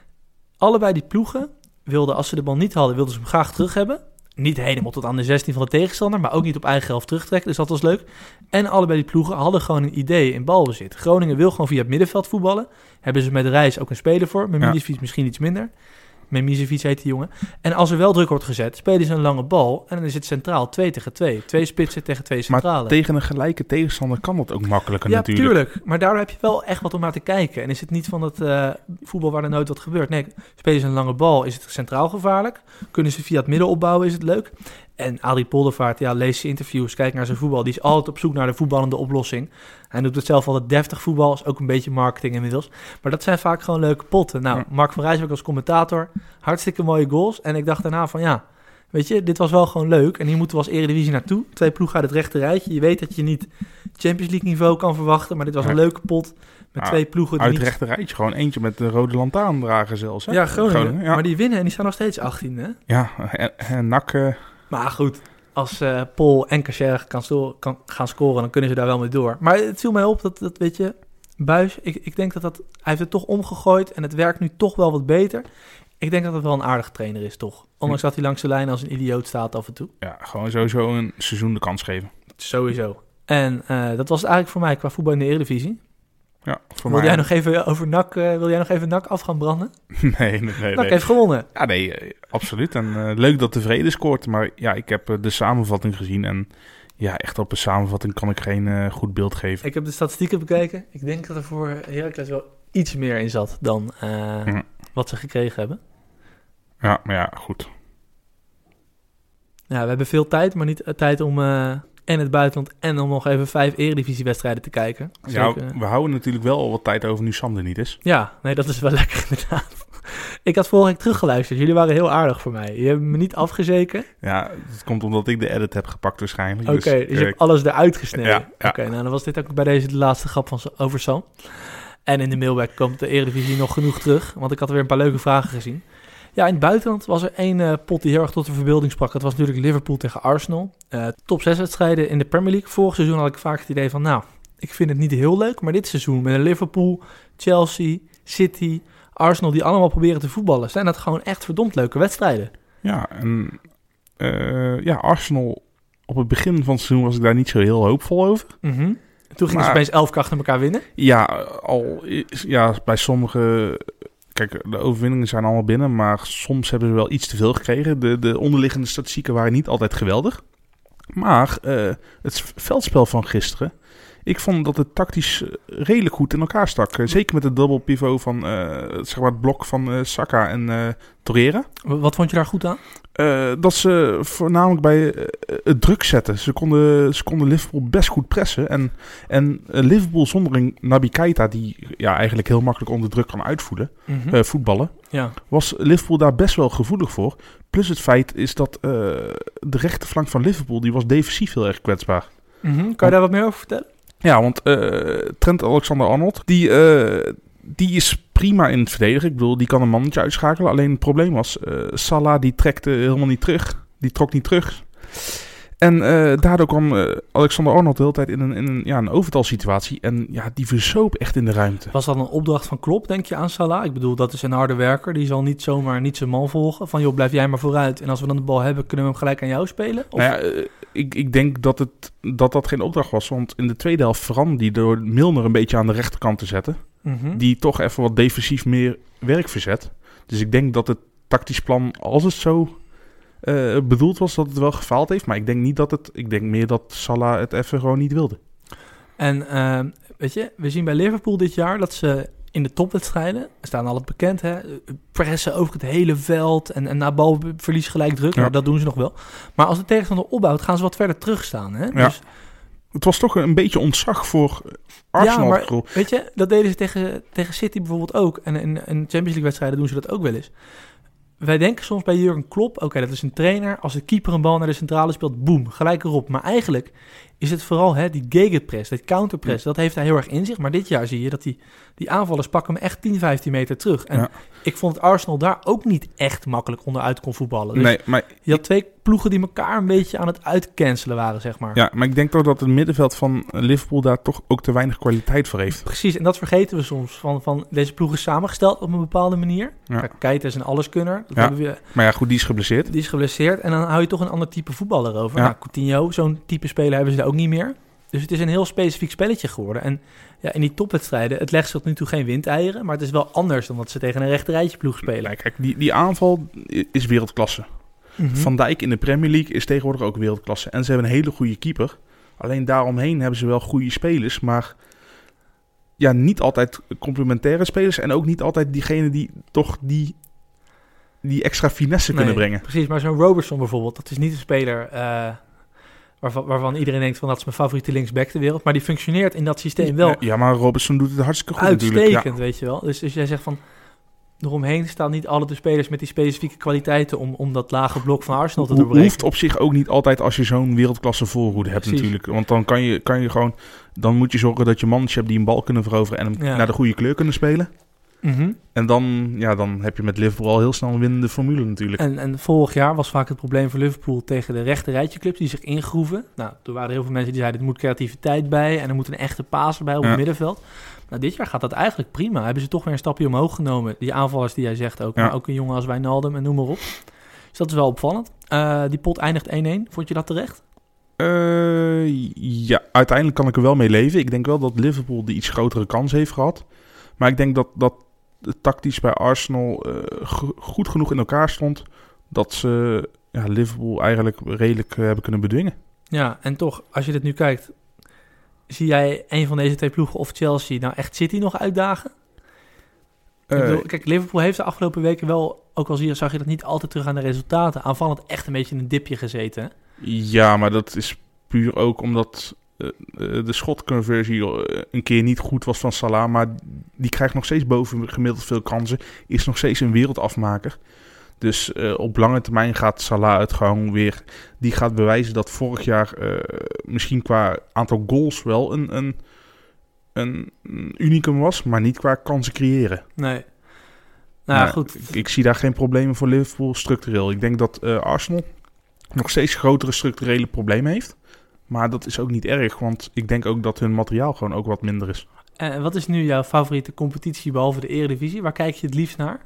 allebei die ploegen wilden, als ze de bal niet hadden, wilden ze hem graag terug hebben. Niet helemaal tot aan de zestien van de tegenstander, maar ook niet op eigen helft terugtrekken. Dus dat was leuk. En allebei die ploegen hadden gewoon een idee in balbezit. Groningen wil gewoon via het middenveld voetballen. Hebben ze met Reis ook een speler voor. Met Milicevic ja. misschien iets minder. Milicevic heet die jongen. En als er wel druk wordt gezet, spelen ze een lange bal. En dan is het centraal twee tegen twee. Twee spitsen tegen twee centralen. Maar tegen een gelijke tegenstander kan dat ook makkelijker ja, natuurlijk. Ja, tuurlijk. Maar daardoor heb je wel echt wat om naar te kijken. En is het niet van dat uh, voetbal waar er nooit wat gebeurt. Nee, spelen ze een lange bal, is het centraal gevaarlijk. Kunnen ze via het midden opbouwen, is het leuk. En Adrie Poldervaart, ja, lees zijn interviews, kijk naar zijn voetbal. Die is altijd op zoek naar de voetballende oplossing. Hij doet het zelf altijd deftig voetbal, is ook een beetje marketing inmiddels. Maar dat zijn vaak gewoon leuke potten. Nou, Mark van Rijswijk als commentator, hartstikke mooie goals. En ik dacht daarna van ja, weet je, dit was wel gewoon leuk. En hier moeten we als Eredivisie naartoe. Twee ploegen uit het rechte rijtje. Je weet dat je niet Champions League niveau kan verwachten, maar dit was een leuke pot met ja, twee ploegen. Die uit het niet... rechte rijtje, gewoon eentje met de rode lantaarndrager zelfs. Hè? Ja, Groningen. Groningen ja. Maar die winnen en die staan nog steeds achttien, hè? Ja, en, en N A C... Uh... Maar goed, als uh, Pol en Cachera kan, sto- kan gaan scoren, dan kunnen ze daar wel mee door. Maar het viel mij op dat, dat weet je, Buijs, ik, ik denk dat dat, hij heeft het toch omgegooid en het werkt nu toch wel wat beter. Ik denk dat het wel een aardige trainer is, toch? Ondanks dat hij langs de lijn als een idioot staat af en toe. Ja, gewoon sowieso een seizoen de kans geven. Sowieso. En uh, dat was het eigenlijk voor mij qua voetbal in de Eredivisie. Ja, voor wil mij... jij nog even over N A C, uh, wil jij nog even N A C af gaan branden? Nee, nee, nee. N A C nee. heeft gewonnen. Ja, nee, absoluut. En uh, leuk dat Tevreden scoort. Maar ja, ik heb uh, de samenvatting gezien. En ja, echt op een samenvatting kan ik geen uh, goed beeld geven. Ik heb de statistieken bekeken. Ik denk dat er voor Heracles wel iets meer in zat dan uh, ja. wat ze gekregen hebben. Ja, maar ja, goed. Ja, we hebben veel tijd, maar niet uh, tijd om... Uh, en het buitenland en om nog even vijf Eredivisiewedstrijden te kijken. Dus ja, ook, uh... we houden natuurlijk wel al wat tijd over nu Sander niet is. Ja, nee, dat is wel lekker inderdaad. Ik had vorige week teruggeluisterd. Jullie waren heel aardig voor mij. Je hebt me niet afgezeken. Ja, het komt omdat ik de edit heb gepakt waarschijnlijk. Oké, okay, dus, dus je hebt alles eruit gesneden. Ja, Oké, ja. okay, nou dan was dit ook bij deze de laatste grap van, over Sam. En in de mailback komt de Eredivisie nog genoeg terug. Want ik had er weer een paar leuke vragen gezien. Ja, in het buitenland was er één uh, pot die heel erg tot de verbeelding sprak. Dat was natuurlijk Liverpool tegen Arsenal. Uh, top zes wedstrijden in de Premier League. Vorig seizoen had ik vaak het idee van, nou, ik vind het niet heel leuk. Maar dit seizoen met een Liverpool, Chelsea, City, Arsenal die allemaal proberen te voetballen, zijn dat gewoon echt verdomd leuke wedstrijden. Ja, en uh, ja, Arsenal op het begin van het seizoen was ik daar niet zo heel hoopvol over. Mm-hmm. Toen gingen ze opeens elf keer achter elkaar winnen. Ja, al ja, bij sommige... Kijk, de overwinningen zijn allemaal binnen, maar soms hebben ze wel iets te veel gekregen. De, de onderliggende statistieken waren niet altijd geweldig. Maar uh, het veldspel van gisteren, ik vond dat het tactisch redelijk goed in elkaar stak. Uh, zeker met het double pivot van uh, zeg maar het blok van uh, Saka en uh, Torreira. Wat vond je daar goed aan? Uh, dat ze voornamelijk bij uh, het druk zetten. Ze konden, ze konden Liverpool best goed pressen. En, en uh, Liverpool zonder een Naby Keita, die ja, eigenlijk heel makkelijk onder druk kan uitvoeren, mm-hmm. uh, voetballen, ja. was Liverpool daar best wel gevoelig voor. Plus het feit is dat uh, de rechterflank van Liverpool, die was defensief heel erg kwetsbaar. Mm-hmm. Kan je want, daar wat meer over vertellen? Ja, want uh, Trent Alexander-Arnold, die... Uh, Die is prima in het verdedigen. Ik bedoel, die kan een mannetje uitschakelen. Alleen het probleem was, uh, Salah die trekte helemaal niet terug. Die trok niet terug. En uh, daardoor kwam uh, Alexander-Arnold de hele tijd in een, in een, ja, een overtalsituatie. En ja, die verzoop echt in de ruimte. Was dat een opdracht van Klopp, denk je, aan Salah? Ik bedoel, dat is een harde werker. Die zal niet zomaar niet zijn man volgen. Van, joh, blijf jij maar vooruit. En als we dan de bal hebben, kunnen we hem gelijk aan jou spelen? Of? Nou ja, uh, ik, ik denk dat, het, dat dat geen opdracht was. Want in de tweede helft veranderde die door Milner een beetje aan de rechterkant te zetten. Mm-hmm. Die toch even wat defensief meer werk verzet. Dus ik denk dat het tactisch plan, als het zo uh, bedoeld was, dat het wel gefaald heeft. Maar ik denk niet dat het... Ik denk meer dat Salah het even gewoon niet wilde. En uh, weet je, we zien bij Liverpool dit jaar dat ze in de topwedstrijden staan al het bekend, hè? Pressen over het hele veld en, en na balverlies gelijk druk. Ja. Nou, dat doen ze nog wel. Maar als de tegenstander opbouwt, gaan ze wat verder terugstaan. Hè? Ja. Dus, Het was toch een beetje ontzag voor Arsenal. ja, maar weet je, dat deden ze tegen, tegen City bijvoorbeeld ook. En in, in Champions League wedstrijden doen ze dat ook wel eens. Wij denken soms bij Jurgen Klopp, oké, okay, dat is een trainer. Als de keeper een bal naar de centrale speelt, boem, gelijk erop. Maar eigenlijk is het vooral hè, die gegenpress, dat counterpress. Ja. Dat heeft hij heel erg in zich. Maar dit jaar zie je dat die, die aanvallers pakken hem echt tien, vijftien meter terug. En ja. ik vond het Arsenal daar ook niet echt makkelijk onderuit kon voetballen. Dus nee, maar je had twee ploegen die elkaar een beetje aan het uitcancelen waren, zeg maar. Ja, maar ik denk toch dat het middenveld van Liverpool daar toch ook te weinig kwaliteit voor heeft. Precies, en dat vergeten we soms. Van, van deze ploeg is samengesteld op een bepaalde manier. Ja. Kijk, Keita is een alleskunner. Dat ja. we, maar ja, goed, die is geblesseerd. Die is geblesseerd en dan hou je toch een ander type voetballer over. Ja. Nou, Coutinho, zo'n type speler hebben ze daar ook niet meer. Dus het is een heel specifiek spelletje geworden. En ja, in die topwedstrijden, het legt ze tot nu toe geen windeieren. Maar het is wel anders dan dat ze tegen een rechterrijtje ploeg spelen. Nee, kijk, die, die aanval is wereldklasse. Mm-hmm. Van Dijk in de Premier League is tegenwoordig ook wereldklasse. En ze hebben een hele goede keeper. Alleen daaromheen hebben ze wel goede spelers. Maar ja, niet altijd complementaire spelers. En ook niet altijd diegene die toch die, die extra finesse nee, kunnen brengen. Precies, maar zo'n Robertson bijvoorbeeld, dat is niet een speler... Uh... Waarvan, waarvan iedereen denkt van dat is mijn favoriete linksback ter wereld. Maar die functioneert in dat systeem wel. Ja, maar Robertson doet het hartstikke goed uitstekend, natuurlijk. Ja. weet je wel. Dus, dus jij zegt van... Eromheen staan niet alle de spelers met die specifieke kwaliteiten... om, om dat lage blok van Arsenal te doorbreken. Hoeft op zich ook niet altijd als je zo'n wereldklasse voorhoede hebt. Precies. Natuurlijk. Want dan kan je, kan je gewoon... Dan moet je zorgen dat je mannetje hebt die een bal kunnen veroveren... en hem ja. naar de goede kleur kunnen spelen. Mm-hmm. En dan, ja, dan heb je met Liverpool al heel snel een winnende formule natuurlijk. En, en vorig jaar was vaak het probleem voor Liverpool tegen de rechterrijtje clubs die zich ingroeven. Nou, er waren heel veel mensen die zeiden, er moet creativiteit bij en er moet een echte paser bij op ja. het middenveld. Nou, dit jaar gaat dat eigenlijk prima. Hebben ze toch weer een stapje omhoog genomen. Die aanvallers die jij zegt ook, ja. maar ook een jongen als Wijnaldum en noem maar op. Dus dat is wel opvallend. Uh, die pot eindigt één-één. Vond je dat terecht? Uh, ja, uiteindelijk kan ik er wel mee leven. Ik denk wel dat Liverpool die iets grotere kans heeft gehad. Maar ik denk dat, dat tactisch bij Arsenal uh, go- goed genoeg in elkaar stond... dat ze ja, Liverpool eigenlijk redelijk uh, hebben kunnen bedwingen. Ja, en toch, als je dit nu kijkt... zie jij een van deze twee ploegen of Chelsea nou echt City nog uitdagen? Uh, ik bedoel, kijk, Liverpool heeft de afgelopen weken wel... ook al zie je, zag je dat niet altijd terug aan de resultaten... aanvallend echt een beetje in een dipje gezeten. Hè? Ja, maar dat is puur ook omdat... de schotconversie een keer niet goed was van Salah, maar die krijgt nog steeds boven gemiddeld veel kansen, is nog steeds een wereldafmaker. Dus uh, op lange termijn gaat Salah het gewoon weer, die gaat bewijzen dat vorig jaar uh, misschien qua aantal goals wel een, een, een, een unicum was, maar niet qua kansen creëren. Nee. Nou ja, goed. Ik, ik zie daar geen problemen voor Liverpool structureel. Ik denk dat uh, Arsenal nog steeds grotere structurele problemen heeft. Maar dat is ook niet erg, want ik denk ook dat hun materiaal gewoon ook wat minder is. En uh, wat is nu jouw favoriete competitie behalve de Eredivisie? Waar kijk je het liefst naar?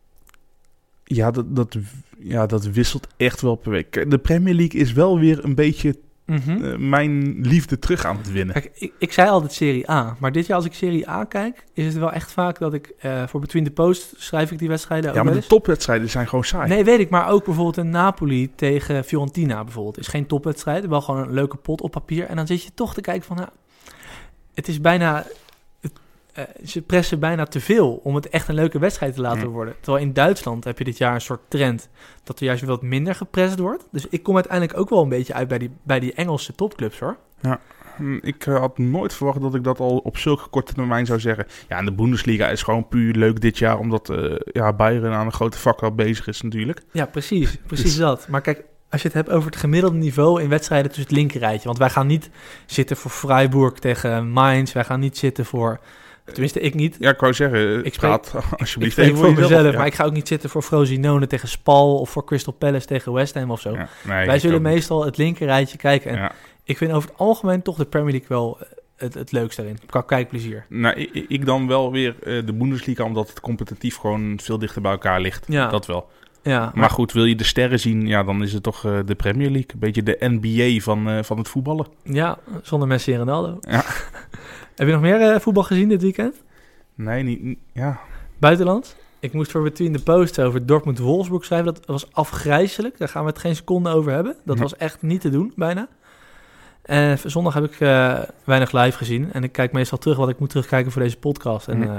Ja dat, dat, ja, dat wisselt echt wel per week. De Premier League is wel weer een beetje mm-hmm. uh, mijn liefde terug aan het winnen. Kijk, ik, ik zei altijd Serie A, maar dit jaar als ik Serie A kijk... is het wel echt vaak dat ik uh, voor Between the Post schrijf ik die wedstrijden. Ja, maar de topwedstrijden zijn gewoon saai. Nee, weet ik, maar ook bijvoorbeeld een Napoli tegen Fiorentina bijvoorbeeld... is geen topwedstrijd, wel gewoon een leuke pot op papier. En dan zit je toch te kijken van... Nou, het is bijna... Uh, ze pressen bijna te veel om het echt een leuke wedstrijd te laten worden. Terwijl in Duitsland heb je dit jaar een soort trend dat er juist wat minder geprest wordt. Dus ik kom uiteindelijk ook wel een beetje uit bij die, bij die Engelse topclubs, hoor. Ja, ik uh, had nooit verwacht dat ik dat al op zulke korte termijn zou zeggen. Ja, en de Bundesliga is gewoon puur leuk dit jaar, omdat uh, ja, Bayern aan een grote vakkel bezig is natuurlijk. Ja, precies. Precies dus... dat. Maar kijk, als je het hebt over het gemiddelde niveau in wedstrijden tussen het linkerrijtje. Want wij gaan niet zitten voor Freiburg tegen Mainz. Wij gaan niet zitten voor... Tenminste, ik niet. Ja, ik wou zeggen, ik spreek, praat alsjeblieft ik even voor mezelf. Ja. Maar ik ga ook niet zitten voor Frosinone tegen Spal of voor Crystal Palace tegen West Ham of zo. Ja, nee, Wij zullen meestal het linkerrijtje kijken. En ja. ik vind over het algemeen toch de Premier League wel het, het leukste daarin. Qua kijkplezier. Nou, ik, ik dan wel weer uh, de Bundesliga, omdat het competitief gewoon veel dichter bij elkaar ligt. Ja. Dat wel. Ja, maar, maar goed, wil je de sterren zien, ja, dan is het toch uh, de Premier League. Een beetje de N B A van, uh, van het voetballen. Ja, zonder Messi en Ronaldo. Ja. Heb je nog meer uh, voetbal gezien dit weekend? Nee, niet, niet ja. Buitenland? Ik moest voor Between the Post over Dortmund-Wolfsburg schrijven. Dat was afgrijzelijk. Daar gaan we het geen seconde over hebben. Dat hm. was echt niet te doen, bijna. En zondag heb ik uh, weinig live gezien. En ik kijk meestal terug wat ik moet terugkijken voor deze podcast. En hm. uh,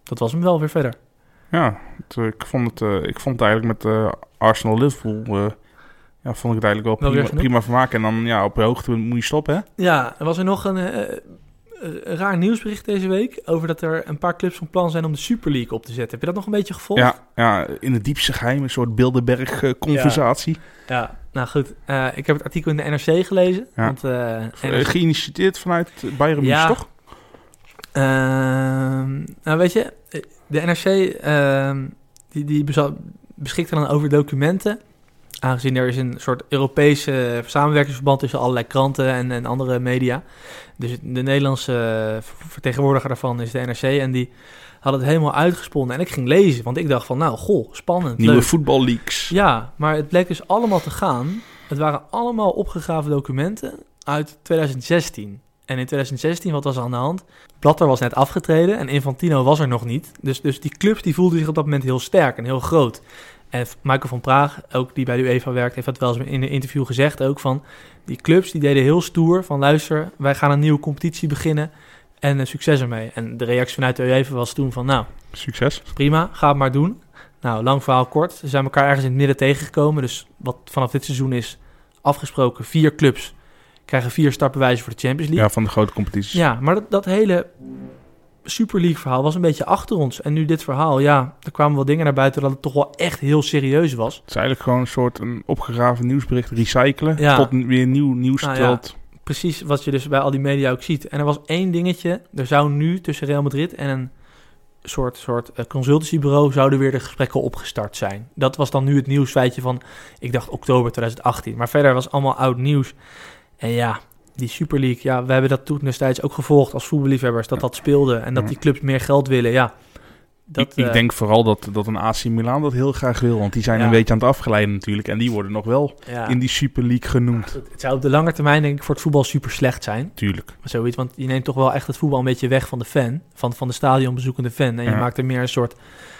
dat was hem wel weer verder. Ja, het, uh, ik, vond het, uh, ik vond het eigenlijk met uh, Arsenal-Liverpool... Uh, ja, vond ik het eigenlijk wel, wel prima, prima vermaak. En dan ja, op je hoogte moet je stoppen, hè? Ja, er was er nog een, uh, een raar nieuwsbericht deze week... over dat er een paar clubs van plan zijn om de Super League op te zetten. Heb je dat nog een beetje gevolgd? Ja, ja in het diepste geheim, een soort Bilderberg-conversatie. Ja. ja, nou goed. Uh, ik heb het artikel in de N R C gelezen. Ja. Want, uh, N R C... Geïnitieerd vanuit Bayern München, ja. toch? Uh, nou, weet je, de N R C uh, die, die beschikt dan over documenten... Aangezien er is een soort Europese samenwerkingsverband tussen allerlei kranten en, en andere media. Dus de Nederlandse vertegenwoordiger daarvan is de N R C. En die had het helemaal uitgesponnen. En ik ging lezen, want ik dacht van, nou, goh, spannend. Nieuwe leuk. voetballeaks. Ja, maar het bleek dus allemaal te gaan. Het waren allemaal opgegraven documenten uit twintig zestien. En in twintig zestien, wat was er aan de hand? Blatter was net afgetreden en Infantino was er nog niet. Dus, dus die clubs die voelden zich op dat moment heel sterk en heel groot. En Michael van Praag, ook die bij de UEFA werkt, heeft dat wel eens in een interview gezegd ook van... die clubs die deden heel stoer van luister, wij gaan een nieuwe competitie beginnen en uh, succes ermee. En de reactie vanuit de UEFA was toen van nou... Succes. Prima, ga het maar doen. Nou, lang verhaal kort. Ze zijn elkaar ergens in het midden tegengekomen. Dus wat vanaf dit seizoen is afgesproken, vier clubs krijgen vier startbewijzen voor de Champions League. Ja, van de grote competities. Ja, maar dat, dat hele Super League verhaal was een beetje achter ons. En nu dit verhaal, ja, er kwamen wel dingen naar buiten dat het toch wel echt heel serieus was. Het is eigenlijk gewoon een soort een opgegraven nieuwsbericht recyclen. Ja. Tot weer nieuw nieuws. Nou, ja. Precies wat je dus bij al die media ook ziet. En er was één dingetje. Er zou nu tussen Real Madrid en een soort, soort uh, consultancybureau zouden weer de gesprekken opgestart zijn. Dat was dan nu het nieuwsfeitje van, ik dacht oktober twintig achttien. Maar verder was allemaal oud nieuws. En ja, die Super League, ja, we hebben dat toen destijds ook gevolgd als voetballiefhebbers, dat dat speelde. En dat die clubs meer geld willen, ja. Dat, ik, ik uh, denk vooral dat, dat een A C Milan dat heel graag wil. Want die zijn ja. een beetje aan het afgeleiden natuurlijk. En die worden nog wel ja. in die Super League genoemd. Het, het zou op de lange termijn denk ik voor het voetbal super slecht zijn. Tuurlijk. Zoiets, want je neemt toch wel echt het voetbal een beetje weg van de fan. Van, van de stadionbezoekende fan. En je ja. maakt er meer een soort,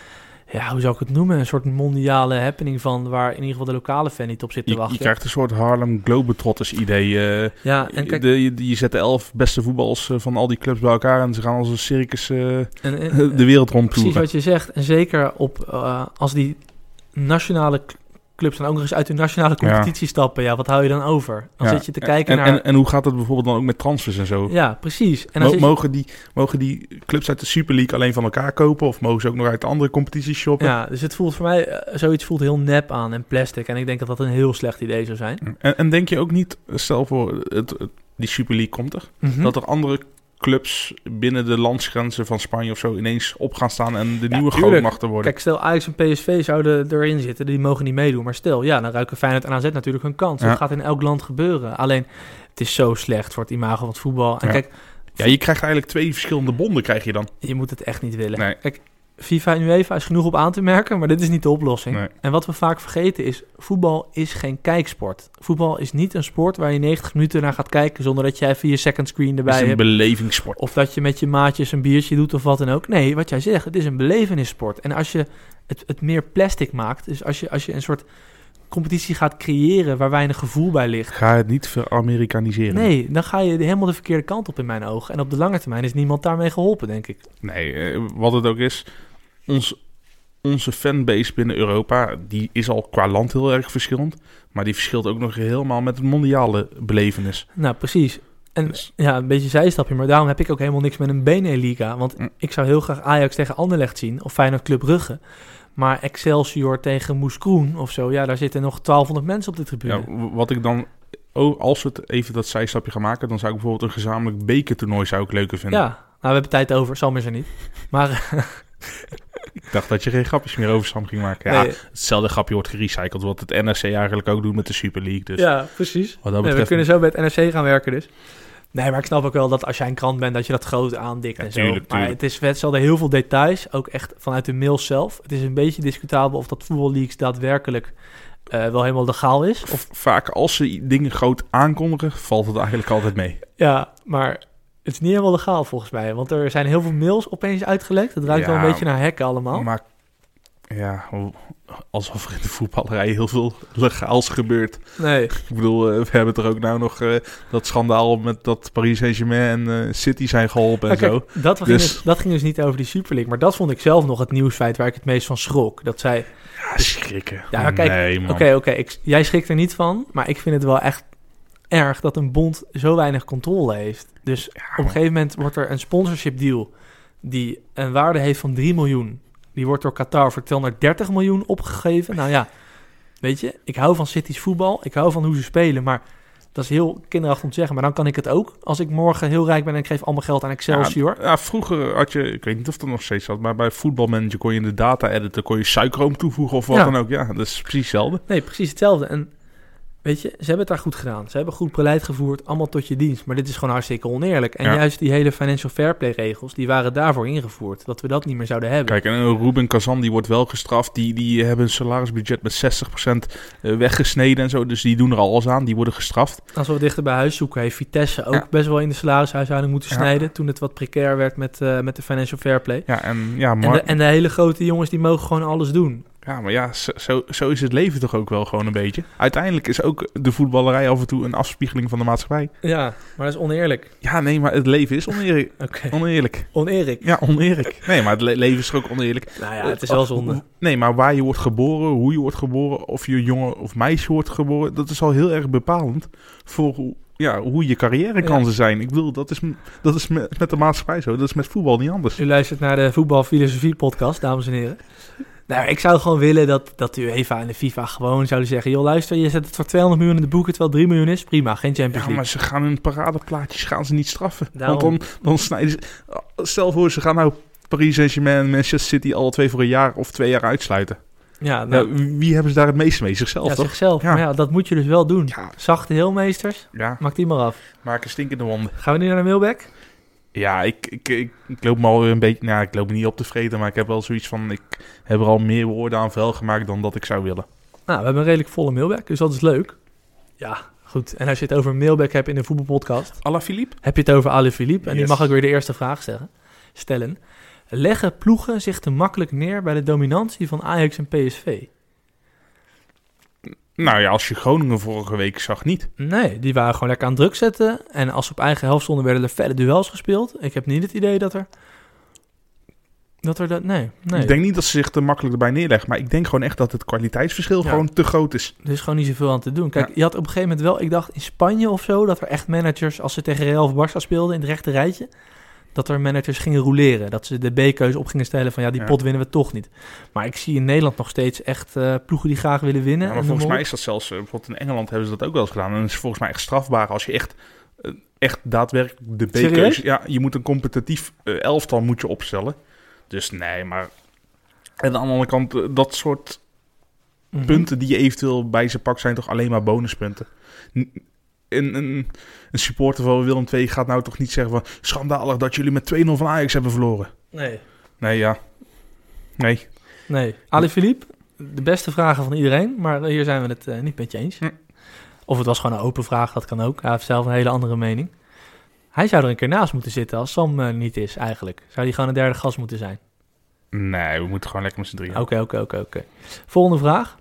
ja, hoe zou ik het noemen? Een soort mondiale happening van waar in ieder geval de lokale fan niet op zit te je, wachten. Je krijgt een soort Harlem Globetrotters idee. Uh, ja, en kijk, de, je, je zet de elf beste voetballers van al die clubs bij elkaar en ze gaan als een circus uh, en, en, de wereld rondtoeren. Precies wat je zegt. En zeker op uh, als die nationale clubs dan ook nog eens uit de nationale competitie ja. stappen. Ja, wat hou je dan over? Dan ja. zit je te kijken en, naar... En, en hoe gaat het bijvoorbeeld dan ook met transfers en zo? Ja, precies. En Mo- je... mogen, die, mogen die clubs uit de Super League alleen van elkaar kopen? Of mogen ze ook nog uit de andere competities shoppen? Ja, dus het voelt voor mij... Uh, zoiets voelt heel nep aan en plastic. En ik denk dat dat een heel slecht idee zou zijn. En, en denk je ook niet, stel voor, het, het, die Super League komt er, mm-hmm. dat er andere clubs binnen de landsgrenzen van Spanje of zo ineens op gaan staan en de ja, nieuwe grootmachten worden. Kijk, stel Ajax en P S V zouden erin zitten, die mogen niet meedoen. Maar stel, ja, dan ruiken Feyenoord en A Z natuurlijk hun kans. Ja. Dat gaat in elk land gebeuren. Alleen, het is zo slecht voor het imago van het voetbal. En ja. kijk, ja, je krijgt eigenlijk twee verschillende bonden, krijg je dan. Je moet het echt niet willen. Nee. Kijk, FIFA en UEFA is genoeg op aan te merken, maar dit is niet de oplossing. Nee. En wat we vaak vergeten is, voetbal is geen kijksport. Voetbal is niet een sport waar je negentig minuten naar gaat kijken zonder dat jij via je second screen erbij hebt. Het is een belevingssport. Of dat je met je maatjes een biertje doet of wat dan ook. Nee, wat jij zegt, het is een belevenissport. En als je het, het meer plastic maakt, dus als je, als je een soort competitie gaat creëren waar weinig gevoel bij ligt. Ga het niet ver-Amerikaniseren. Nee, dan ga je helemaal de verkeerde kant op in mijn ogen. En op de lange termijn is niemand daarmee geholpen, denk ik. Nee, wat het ook is, ons, onze fanbase binnen Europa, die is al qua land heel erg verschillend. Maar die verschilt ook nog helemaal met het mondiale belevenis. Nou, precies. En dus. ja, een beetje zijstapje, maar daarom heb ik ook helemaal niks met een Beneliga. Want mm. ik zou heel graag Ajax tegen Anderlecht zien, of Feyenoord Club Brugge. Maar Excelsior tegen Moeskroen of zo, ja, daar zitten nog twaalfhonderd mensen op de tribune. Ja, wat ik dan, oh, als we het even dat zijstapje gaan maken, dan zou ik bijvoorbeeld een gezamenlijk bekertoernooi zou ik leuker vinden. Ja, nou, we hebben tijd over, Sam is er niet. Maar ik dacht dat je geen grapjes meer over Sam ging maken. Ja, nee. Hetzelfde grapje wordt gerecycled, wat het N R C eigenlijk ook doet met de Super League. Dus ja, precies. Wat dat nee, we kunnen zo bij het N R C gaan werken dus. Nee, maar ik snap ook wel dat als jij een krant bent, dat je dat groot aandikt ja, en zo. Tuurlijk, maar tuurlijk. het is vet, ze hadden heel veel details, ook echt vanuit de mail zelf. Het is een beetje discutabel of dat voetballeaks daadwerkelijk uh, wel helemaal legaal is. Of vaak als ze dingen groot aankondigen, valt het eigenlijk altijd mee. Ja, maar het is niet helemaal legaal volgens mij. Want er zijn heel veel mails opeens uitgelekt. Het ruikt ja, wel een beetje naar hacken allemaal. Maar Ja, alsof er in de voetballerij heel veel legaals gebeurt. Nee. Ik bedoel, uh, we hebben er ook nou nog uh, dat schandaal met dat Paris Saint-Germain en uh, City zijn geholpen en kijk, zo. Dat ging, dus... dus, dat ging dus niet over die Super League. Maar dat vond ik zelf nog het nieuwsfeit waar ik het meest van schrok. Dat zij... Ja, schrikken. Ja, kijk, nee, man. Oké, okay, oké. Okay, jij schrikt er niet van. Maar ik vind het wel echt erg dat een bond zo weinig controle heeft. Dus ja, op een gegeven moment wordt er een sponsorship deal die een waarde heeft van drie miljoen. Die wordt door Qatar voor tweehonderddertig miljoen opgegeven. Nou ja, weet je, ik hou van City's voetbal. Ik hou van hoe ze spelen, maar dat is heel kinderachtig om te zeggen. Maar dan kan ik het ook. Als ik morgen heel rijk ben en ik geef al mijn geld aan Excelsior. Ja, ja, vroeger had je, ik weet niet of dat nog steeds had, maar bij voetbalmanager kon je in de data editor kon je suikerroom toevoegen of wat ja. dan ook. Ja, dat is precies hetzelfde. Nee, precies hetzelfde. En weet je, ze hebben het daar goed gedaan. Ze hebben goed beleid gevoerd, allemaal tot je dienst. Maar dit is gewoon hartstikke oneerlijk. En ja. juist die hele financial fair play regels, die waren daarvoor ingevoerd. Dat we dat niet meer zouden hebben. Kijk, en Ruben Kazan, die wordt wel gestraft. Die, die hebben een salarisbudget met zestig procent weggesneden en zo. Dus die doen er alles aan. Die worden gestraft. Als we dichter bij huis zoeken, heeft Vitesse ook ja. best wel in de salarishuishouding moeten ja. snijden. Toen het wat precair werd met, uh, met de financial fair play. Ja, en, ja, maar... en, de, en de hele grote jongens, die mogen gewoon alles doen. Ja, maar ja, zo, zo is het leven toch ook wel gewoon een beetje. Uiteindelijk is ook de voetballerij af en toe een afspiegeling van de maatschappij. Ja, maar dat is oneerlijk. Ja, nee, maar het leven is oneerlijk. Okay. Oneerlijk. Oneerlijk? Ja, oneerlijk. Nee, maar het le- leven is ook oneerlijk. Nou ja, het is wel zonde. Nee, maar waar je wordt geboren, hoe je wordt geboren, of je jongen of meisje wordt geboren, dat is al heel erg bepalend voor hoe, ja, hoe je carrièrekansen ja. zijn. Ik bedoel, dat is, dat is met, met de maatschappij zo. Dat is met voetbal niet anders. U luistert naar de Voetbalfilosofie podcast, dames en heren. Nou, ik zou gewoon willen dat, dat de UEFA en de FIFA gewoon zouden zeggen... joh, luister, je zet het voor tweehonderd miljoen in de boeken... terwijl drie miljoen is, prima, geen Champions League. Ja, maar ze gaan hun paradeplaatjes gaan ze niet straffen. Daarom. Want dan, dan snijden ze... Stel voor, ze gaan nou Paris Saint-Germain en Manchester City... alle twee voor een jaar of twee jaar uitsluiten. Ja, nou, ja, wie hebben ze daar het meeste mee? Zichzelf, ja, toch? zichzelf. Ja. Maar ja, dat moet je dus wel doen. Ja. Zachte heelmeesters, ja. maak die maar af. Maak een stinkende wonden. Gaan we nu naar de mailback? Ja, ik, ik, ik, ik loop me al een beetje... Nou, ik loop me niet op te vreten, maar ik heb wel zoiets van... Ik heb er al meer woorden aan vuil gemaakt dan dat ik zou willen. Nou, we hebben een redelijk volle mailback, dus dat is leuk. Ja, goed. En als je het over een mailback hebt in de voetbalpodcast... Alaphilippe? Heb je het over Alaphilippe. En yes. nu mag ik weer de eerste vraag zeggen, stellen. Leggen ploegen zich te makkelijk neer bij de dominantie van Ajax en P S V? Nou ja, als je Groningen vorige week zag, niet. Nee, die waren gewoon lekker aan druk zetten. En als ze op eigen helft stonden, werden er verre duels gespeeld. Ik heb niet het idee dat er... Dat er dat... Nee, nee. Ik denk niet dat ze zich te makkelijk erbij neerleggen. Maar ik denk gewoon echt dat het kwaliteitsverschil ja. gewoon te groot is. Er is gewoon niet zoveel aan te doen. Kijk, ja. je had op een gegeven moment wel... Ik dacht in Spanje of zo, dat er echt managers... Als ze tegen Real of Barça speelden in het rechte rijtje... dat er managers gingen roleren. Dat ze de B-keuze op gingen stellen van... ja, die ja. pot winnen we toch niet. Maar ik zie in Nederland nog steeds echt uh, ploegen die graag willen winnen. Ja, maar volgens mij is dat zelfs... Uh, bijvoorbeeld in Engeland hebben ze dat ook wel eens gedaan. En dat is volgens mij echt strafbaar als je echt... Uh, echt daadwerkelijk de B-keuze... Serieus? Ja, je moet een competitief uh, elftal moet je opstellen. Dus nee, maar... En aan de andere kant, uh, dat soort mm-hmm. punten die je eventueel bij ze pakt... zijn toch alleen maar bonuspunten. N- Een, een, een supporter van Willem twee gaat nou toch niet zeggen van... schandalig dat jullie met twee nul van Ajax hebben verloren. Nee. Nee, ja. Nee. Nee. Alaphilippe, de beste vragen van iedereen. Maar hier zijn we het uh, niet met je eens. Hm. Of het was gewoon een open vraag, dat kan ook. Hij heeft zelf een hele andere mening. Hij zou er een keer naast moeten zitten als Sam uh, niet is eigenlijk. Zou hij gewoon een derde gast moeten zijn? Nee, we moeten gewoon lekker met z'n drieën. Oké, oké, oké, oké. Volgende vraag.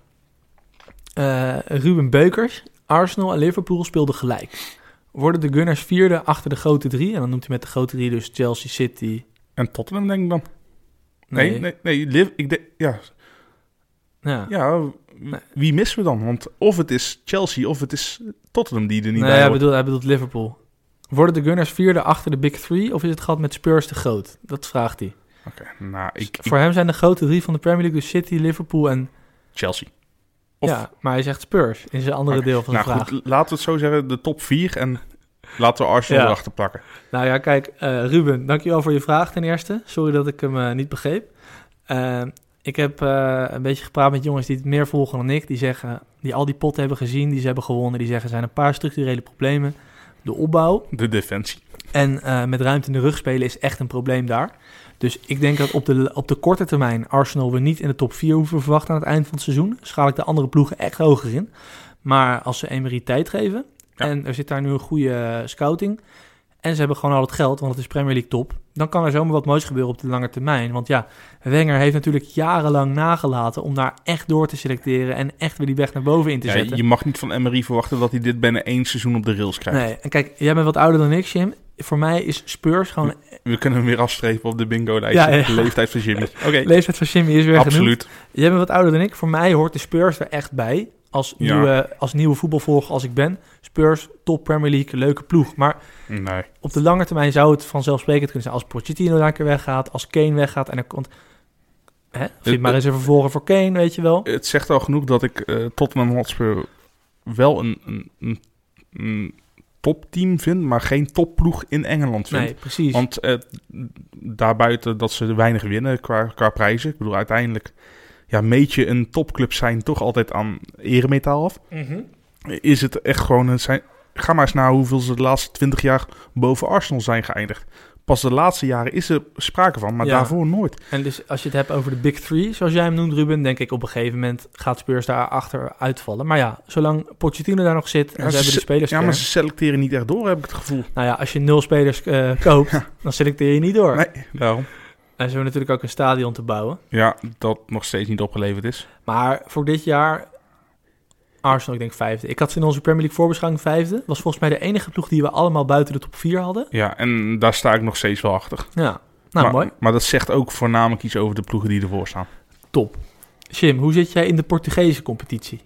Uh, Ruben Beukers... Arsenal en Liverpool speelden gelijk. Worden de Gunners vierde achter de grote drie? En dan noemt hij met de grote drie dus Chelsea, City... En Tottenham denk ik dan. Nee, nee, nee, nee live, ik denk, ja. Ja. Ja, wie missen we dan? Want of het is Chelsea of het is Tottenham die er niet nee, bij hij hoort. bedoelt, hij bedoelt Liverpool. Worden de Gunners vierde achter de Big Three? Of is het gat met Spurs te groot? Dat vraagt hij. Oké, okay, nou, ik... Voor ik... hem zijn de grote drie van de Premier League dus City, Liverpool en... Chelsea. Of... Ja, maar hij zegt Spurs in zijn andere okay. deel van de nou, vraag. Goed, laten we het zo zeggen, de top vier en laten we Arsenal ja. erachter plakken. Nou ja, kijk, uh, Ruben, dankjewel voor je vraag ten eerste. Sorry dat ik hem uh, niet begreep. Uh, ik heb uh, een beetje gepraat met jongens die het meer volgen dan ik. Die zeggen, die al die potten hebben gezien, die ze hebben gewonnen. Die zeggen, er zijn een paar structurele problemen. De opbouw. De defensie. En uh, met ruimte in de rug spelen is echt een probleem daar. Dus ik denk dat op de, op de korte termijn Arsenal we niet in de top vier hoeven verwachten aan het eind van het seizoen. Schaal ik de andere ploegen echt hoger in. Maar als ze Emery tijd geven, ja. en er zit daar nu een goede scouting, en ze hebben gewoon al het geld, want het is Premier League top, dan kan er zomaar wat moois gebeuren op de lange termijn. Want ja, Wenger heeft natuurlijk jarenlang nagelaten om daar echt door te selecteren en echt weer die weg naar boven in te Ja, zetten. je mag niet van Emery verwachten dat hij dit binnen één seizoen op de rails krijgt. Nee, en kijk, jij bent wat ouder dan ik, Jim. Voor mij is Spurs gewoon... We kunnen hem weer afstrepen op de bingo-lijst. Ja, ja. De leeftijd van Jimmy. Oké, De leeftijd van Jimmy is weer genoemd. absoluut. Jij bent wat ouder dan ik. Voor mij hoort de Spurs er echt bij. Als Ja. nieuwe, als nieuwe voetbalvolger als ik ben. Spurs, top Premier League, leuke ploeg. Maar Nee. op de lange termijn zou het vanzelfsprekend kunnen zijn als Pochettino daar een keer weggaat, als Kane weggaat en er komt... Hè? Vind maar eens een vervolger voor Kane, weet je wel. Het zegt al genoeg dat ik uh, Tottenham Hotspur wel een, een, een, een topteam vind, maar geen topploeg in Engeland vind. Nee, precies. Want uh, daarbuiten dat ze weinig winnen qua, qua prijzen. Ik bedoel, uiteindelijk ja, meet je een topclub zijn toch altijd aan eremetaal af. Mhm. Is het echt gewoon... Een, zijn, ga maar eens naar hoeveel ze de laatste twintig jaar boven Arsenal zijn geëindigd. Pas de laatste jaren is er sprake van, maar Ja. daarvoor nooit. En dus als je het hebt over de Big Three, zoals jij hem noemt, Ruben, denk ik op een gegeven moment gaat Spurs daar achter uitvallen. Maar ja, zolang Pochettino daar nog zit en Ja, ze hebben de spelers. Ja, maar ze selecteren niet echt door, heb ik het gevoel. Nou ja, als je nul spelers uh, koopt, Ja. dan selecteer je niet door. Nee, daarom. En ze hebben natuurlijk ook een stadion te bouwen. Ja, dat nog steeds niet opgeleverd is. Maar voor dit jaar, Arsenal, ik denk vijfde. Ik had ze in onze Premier League voorbeschouwing vijfde. Was volgens mij de enige ploeg die we allemaal buiten de top vier hadden. Ja, en daar sta ik nog steeds wel achter. Ja, nou maar, mooi. Maar dat zegt ook voornamelijk iets over de ploegen die ervoor staan. Top. Jim, hoe zit jij in de Portugese competitie?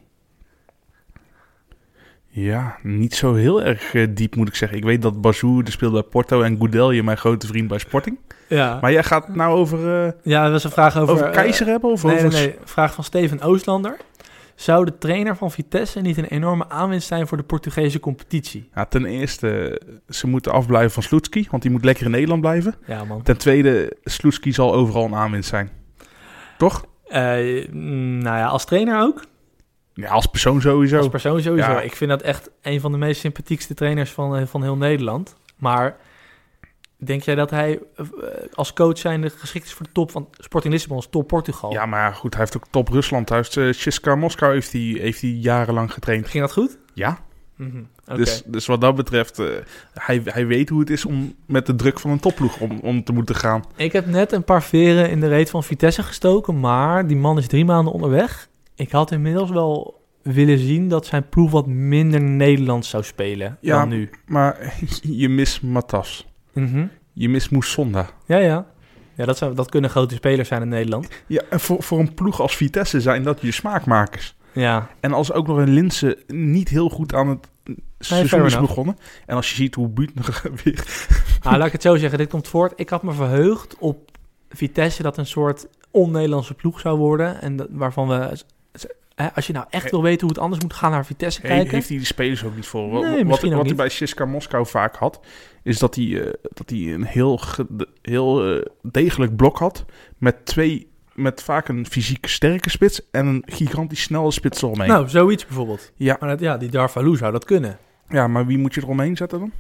Ja, niet zo heel erg uh, diep moet ik zeggen. Ik weet dat Bazou de speelt bij Porto en Goudelje, mijn grote vriend, bij Sporting. Ja, Maar jij gaat het nou over, uh, ja dat was een vraag over... over uh, Keizer hebben? Of nee, over... nee, nee. Vraag van Steven Oostlander. Zou de trainer van Vitesse niet een enorme aanwinst zijn voor de Portugese competitie? Ja, ten eerste, ze moeten afblijven van Sloetski, want die moet lekker in Nederland blijven. Ja, man. Ten tweede, Sloetski zal overal een aanwinst zijn. Toch? Uh, nou ja, als trainer ook. Ja, als persoon sowieso. Als persoon sowieso. Ja. Ik vind dat echt een van de meest sympathiekste trainers van, uh, van heel Nederland. Maar denk jij dat hij uh, als coach zijnde geschikt is voor de top van Sporting Lissabon, als top Portugal? Ja, maar goed, hij heeft ook top Rusland thuis. Uh, Cisca Moskou heeft hij, heeft hij jarenlang getraind. Ging dat goed? Ja. Mm-hmm. Okay. Dus, dus wat dat betreft, uh, hij, hij weet hoe het is om met de druk van een topploeg om, om te moeten gaan. Ik heb net een paar veren in de reet van Vitesse gestoken, maar die man is drie maanden onderweg. Ik had inmiddels wel willen zien dat zijn ploeg wat minder Nederlands zou spelen Ja, dan nu. Maar je mist Matas. Mm-hmm. Je mist Moussonda. Ja, ja. Ja, dat, zou, dat kunnen grote spelers zijn in Nederland. Ja, en voor, voor een ploeg als Vitesse zijn dat je smaakmakers. Ja. En als ook nog een Linse niet heel goed aan het seizoen fair is enough. begonnen. En als je ziet hoe Buutner weer... Ah, laat ik het zo zeggen, dit komt voort. Ik had me verheugd op Vitesse dat een soort on-Nederlandse ploeg zou worden. En dat, waarvan we... Als je nou echt wil weten hoe het anders moet, gaan naar Vitesse Hey, kijken. heeft hij de spelers ook niet voor. Nee, wat misschien wat, ook wat hij niet. bij Cisca Moskou vaak had, is dat hij, uh, dat hij een heel, ge, heel uh, degelijk blok had. Met twee, met vaak een fysiek sterke spits en een gigantisch snelle spits eromheen. Nou, zoiets bijvoorbeeld. Ja. Maar dat, ja, die Darvalu zou dat kunnen. Ja, maar wie moet je eromheen zetten dan?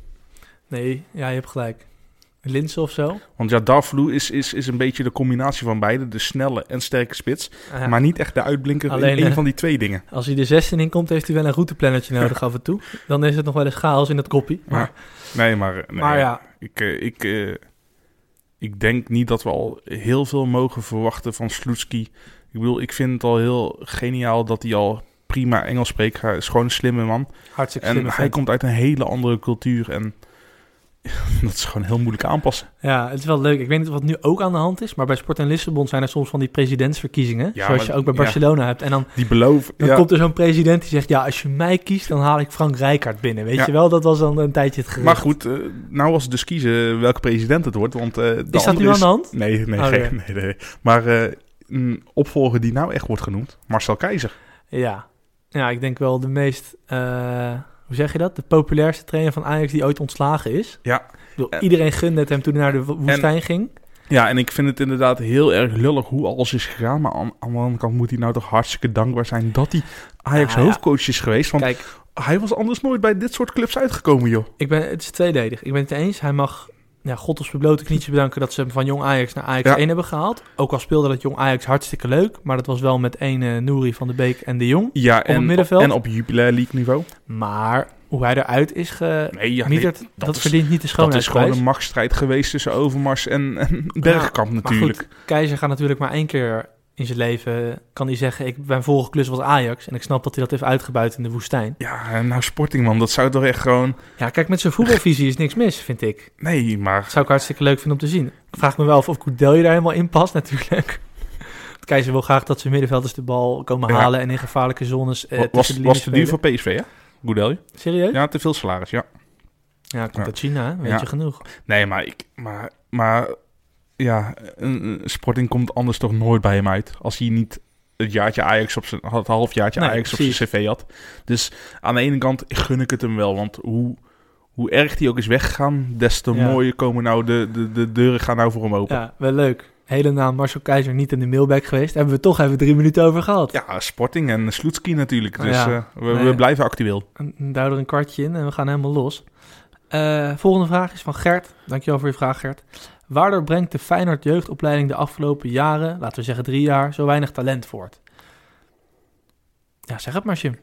Nee, ja, je hebt gelijk. Linse of zo. Want ja, Darvalu is, is, is een beetje de combinatie van beide. De snelle en sterke spits. Uh, ja. Maar niet echt de uitblinker Alleen, in een uh, van die twee dingen. Als hij de zestien in komt, heeft hij wel een routeplannertje nodig af en toe. Dan is het nog wel eens chaos in het koppie. Maar, ja. Nee, maar, nee, maar ja. Ik, uh, ik, uh, ik denk niet dat we al heel veel mogen verwachten van Sloetski. Ik bedoel, ik vind het al heel geniaal dat hij al prima Engels spreekt. Hij is gewoon een slimme man. Hartstikke En slimme hij vent. komt uit een hele andere cultuur en dat is gewoon heel moeilijk aanpassen. Ja, het is wel leuk. Ik weet niet wat nu ook aan de hand is, maar bij Sporting Lissabon zijn er soms van die presidentsverkiezingen. Ja, zoals maar- je ook bij ja. Barcelona hebt. En dan, Die beloven... dan ja. komt er zo'n president die zegt, ja, als je mij kiest, dan haal ik Frank Rijkaard binnen. Weet Ja. je wel, dat was dan een tijdje het gerucht. Maar goed, uh, nou was het dus kiezen welke president het wordt. Want, uh, de Is dat andere nu aan de hand? Nee, nee, Oh, geen- nee. nee, nee. Maar uh, een opvolger die nou echt wordt genoemd, Marcel Keizer. Ja. Ja, ik denk wel de meest, uh, hoe zeg je dat? De populairste trainer van Ajax die ooit ontslagen is. Ja. Ik bedoel, En- iedereen gunde het hem toen hij naar de wo- woestijn ging. Ja, en ik vind het inderdaad heel erg lullig hoe alles is gegaan. Maar aan, aan de andere kant moet hij nou toch hartstikke dankbaar zijn dat hij Ajax Ja, ja. hoofdcoach is geweest. Want Kijk, hij was anders nooit bij dit soort clubs uitgekomen, joh. ik ben, het is tweeledig. Ik ben het eens, hij mag ja, God op zijn blote knietjes bedanken dat ze hem van Jong Ajax naar Ajax Ja. één hebben gehaald. Ook al speelde dat Jong Ajax hartstikke leuk, maar dat was wel met één uh, Nouri van de Beek en de Jong. Ja, het en, middenveld. en op Jupiler League niveau. Maar hoe hij eruit is gemieterd, Nee, ja, nee, dat, dat is- verdient niet de Dat is schoonheidsprijs. gewoon een machtsstrijd geweest tussen Overmars en, en Bergkamp Maar natuurlijk. goed, Keizer gaat natuurlijk maar één keer in zijn leven, kan hij zeggen, ik, mijn vorige klus was Ajax. En ik snap dat hij dat heeft uitgebuit in de woestijn. Ja, en nou Sporting man, dat zou toch echt gewoon... Ja, kijk, met zijn voetbalvisie is niks mis, vind ik. Nee, maar... Dat zou ik hartstikke leuk vinden om te zien. Ik vraag me wel af of Koudelje daar helemaal in past, natuurlijk. Keizer wil graag dat zijn middenvelders de bal komen Ja. halen en in gevaarlijke zones uh, was tussen de was linies te duur voor spelen. P S V, hè? Goudelje? Serieus? Ja, Ja, te veel salaris, ja. komt Ja. uit China, hè? weet Ja. je genoeg. Nee, maar ik... Maar, maar ja, een, een Sporting komt anders toch nooit bij hem uit. Als hij niet het jaartje Ajax op zijn... Het halfjaartje Nee, Ajax precies. op zijn cv had. Dus aan de ene kant gun ik het hem wel. Want hoe, hoe erg hij ook is weggegaan... des te Ja. mooier komen nou... De, de, de deuren gaan nou voor hem open. Ja, wel leuk. Hele naam Marcel Keizer niet in de mailback geweest. Daar hebben we toch even drie minuten over gehad. Ja, Sporting en Sloetski natuurlijk. Dus Ja. eh, we, Nee. we blijven actueel. En duw er een kwartje in en we gaan helemaal los. Uh, volgende vraag is van Gert. Dankjewel voor je vraag, Gert. Waardoor brengt de Feyenoord jeugdopleiding de afgelopen jaren, laten we zeggen drie jaar, zo weinig talent voort? Ja, zeg het maar, Jim.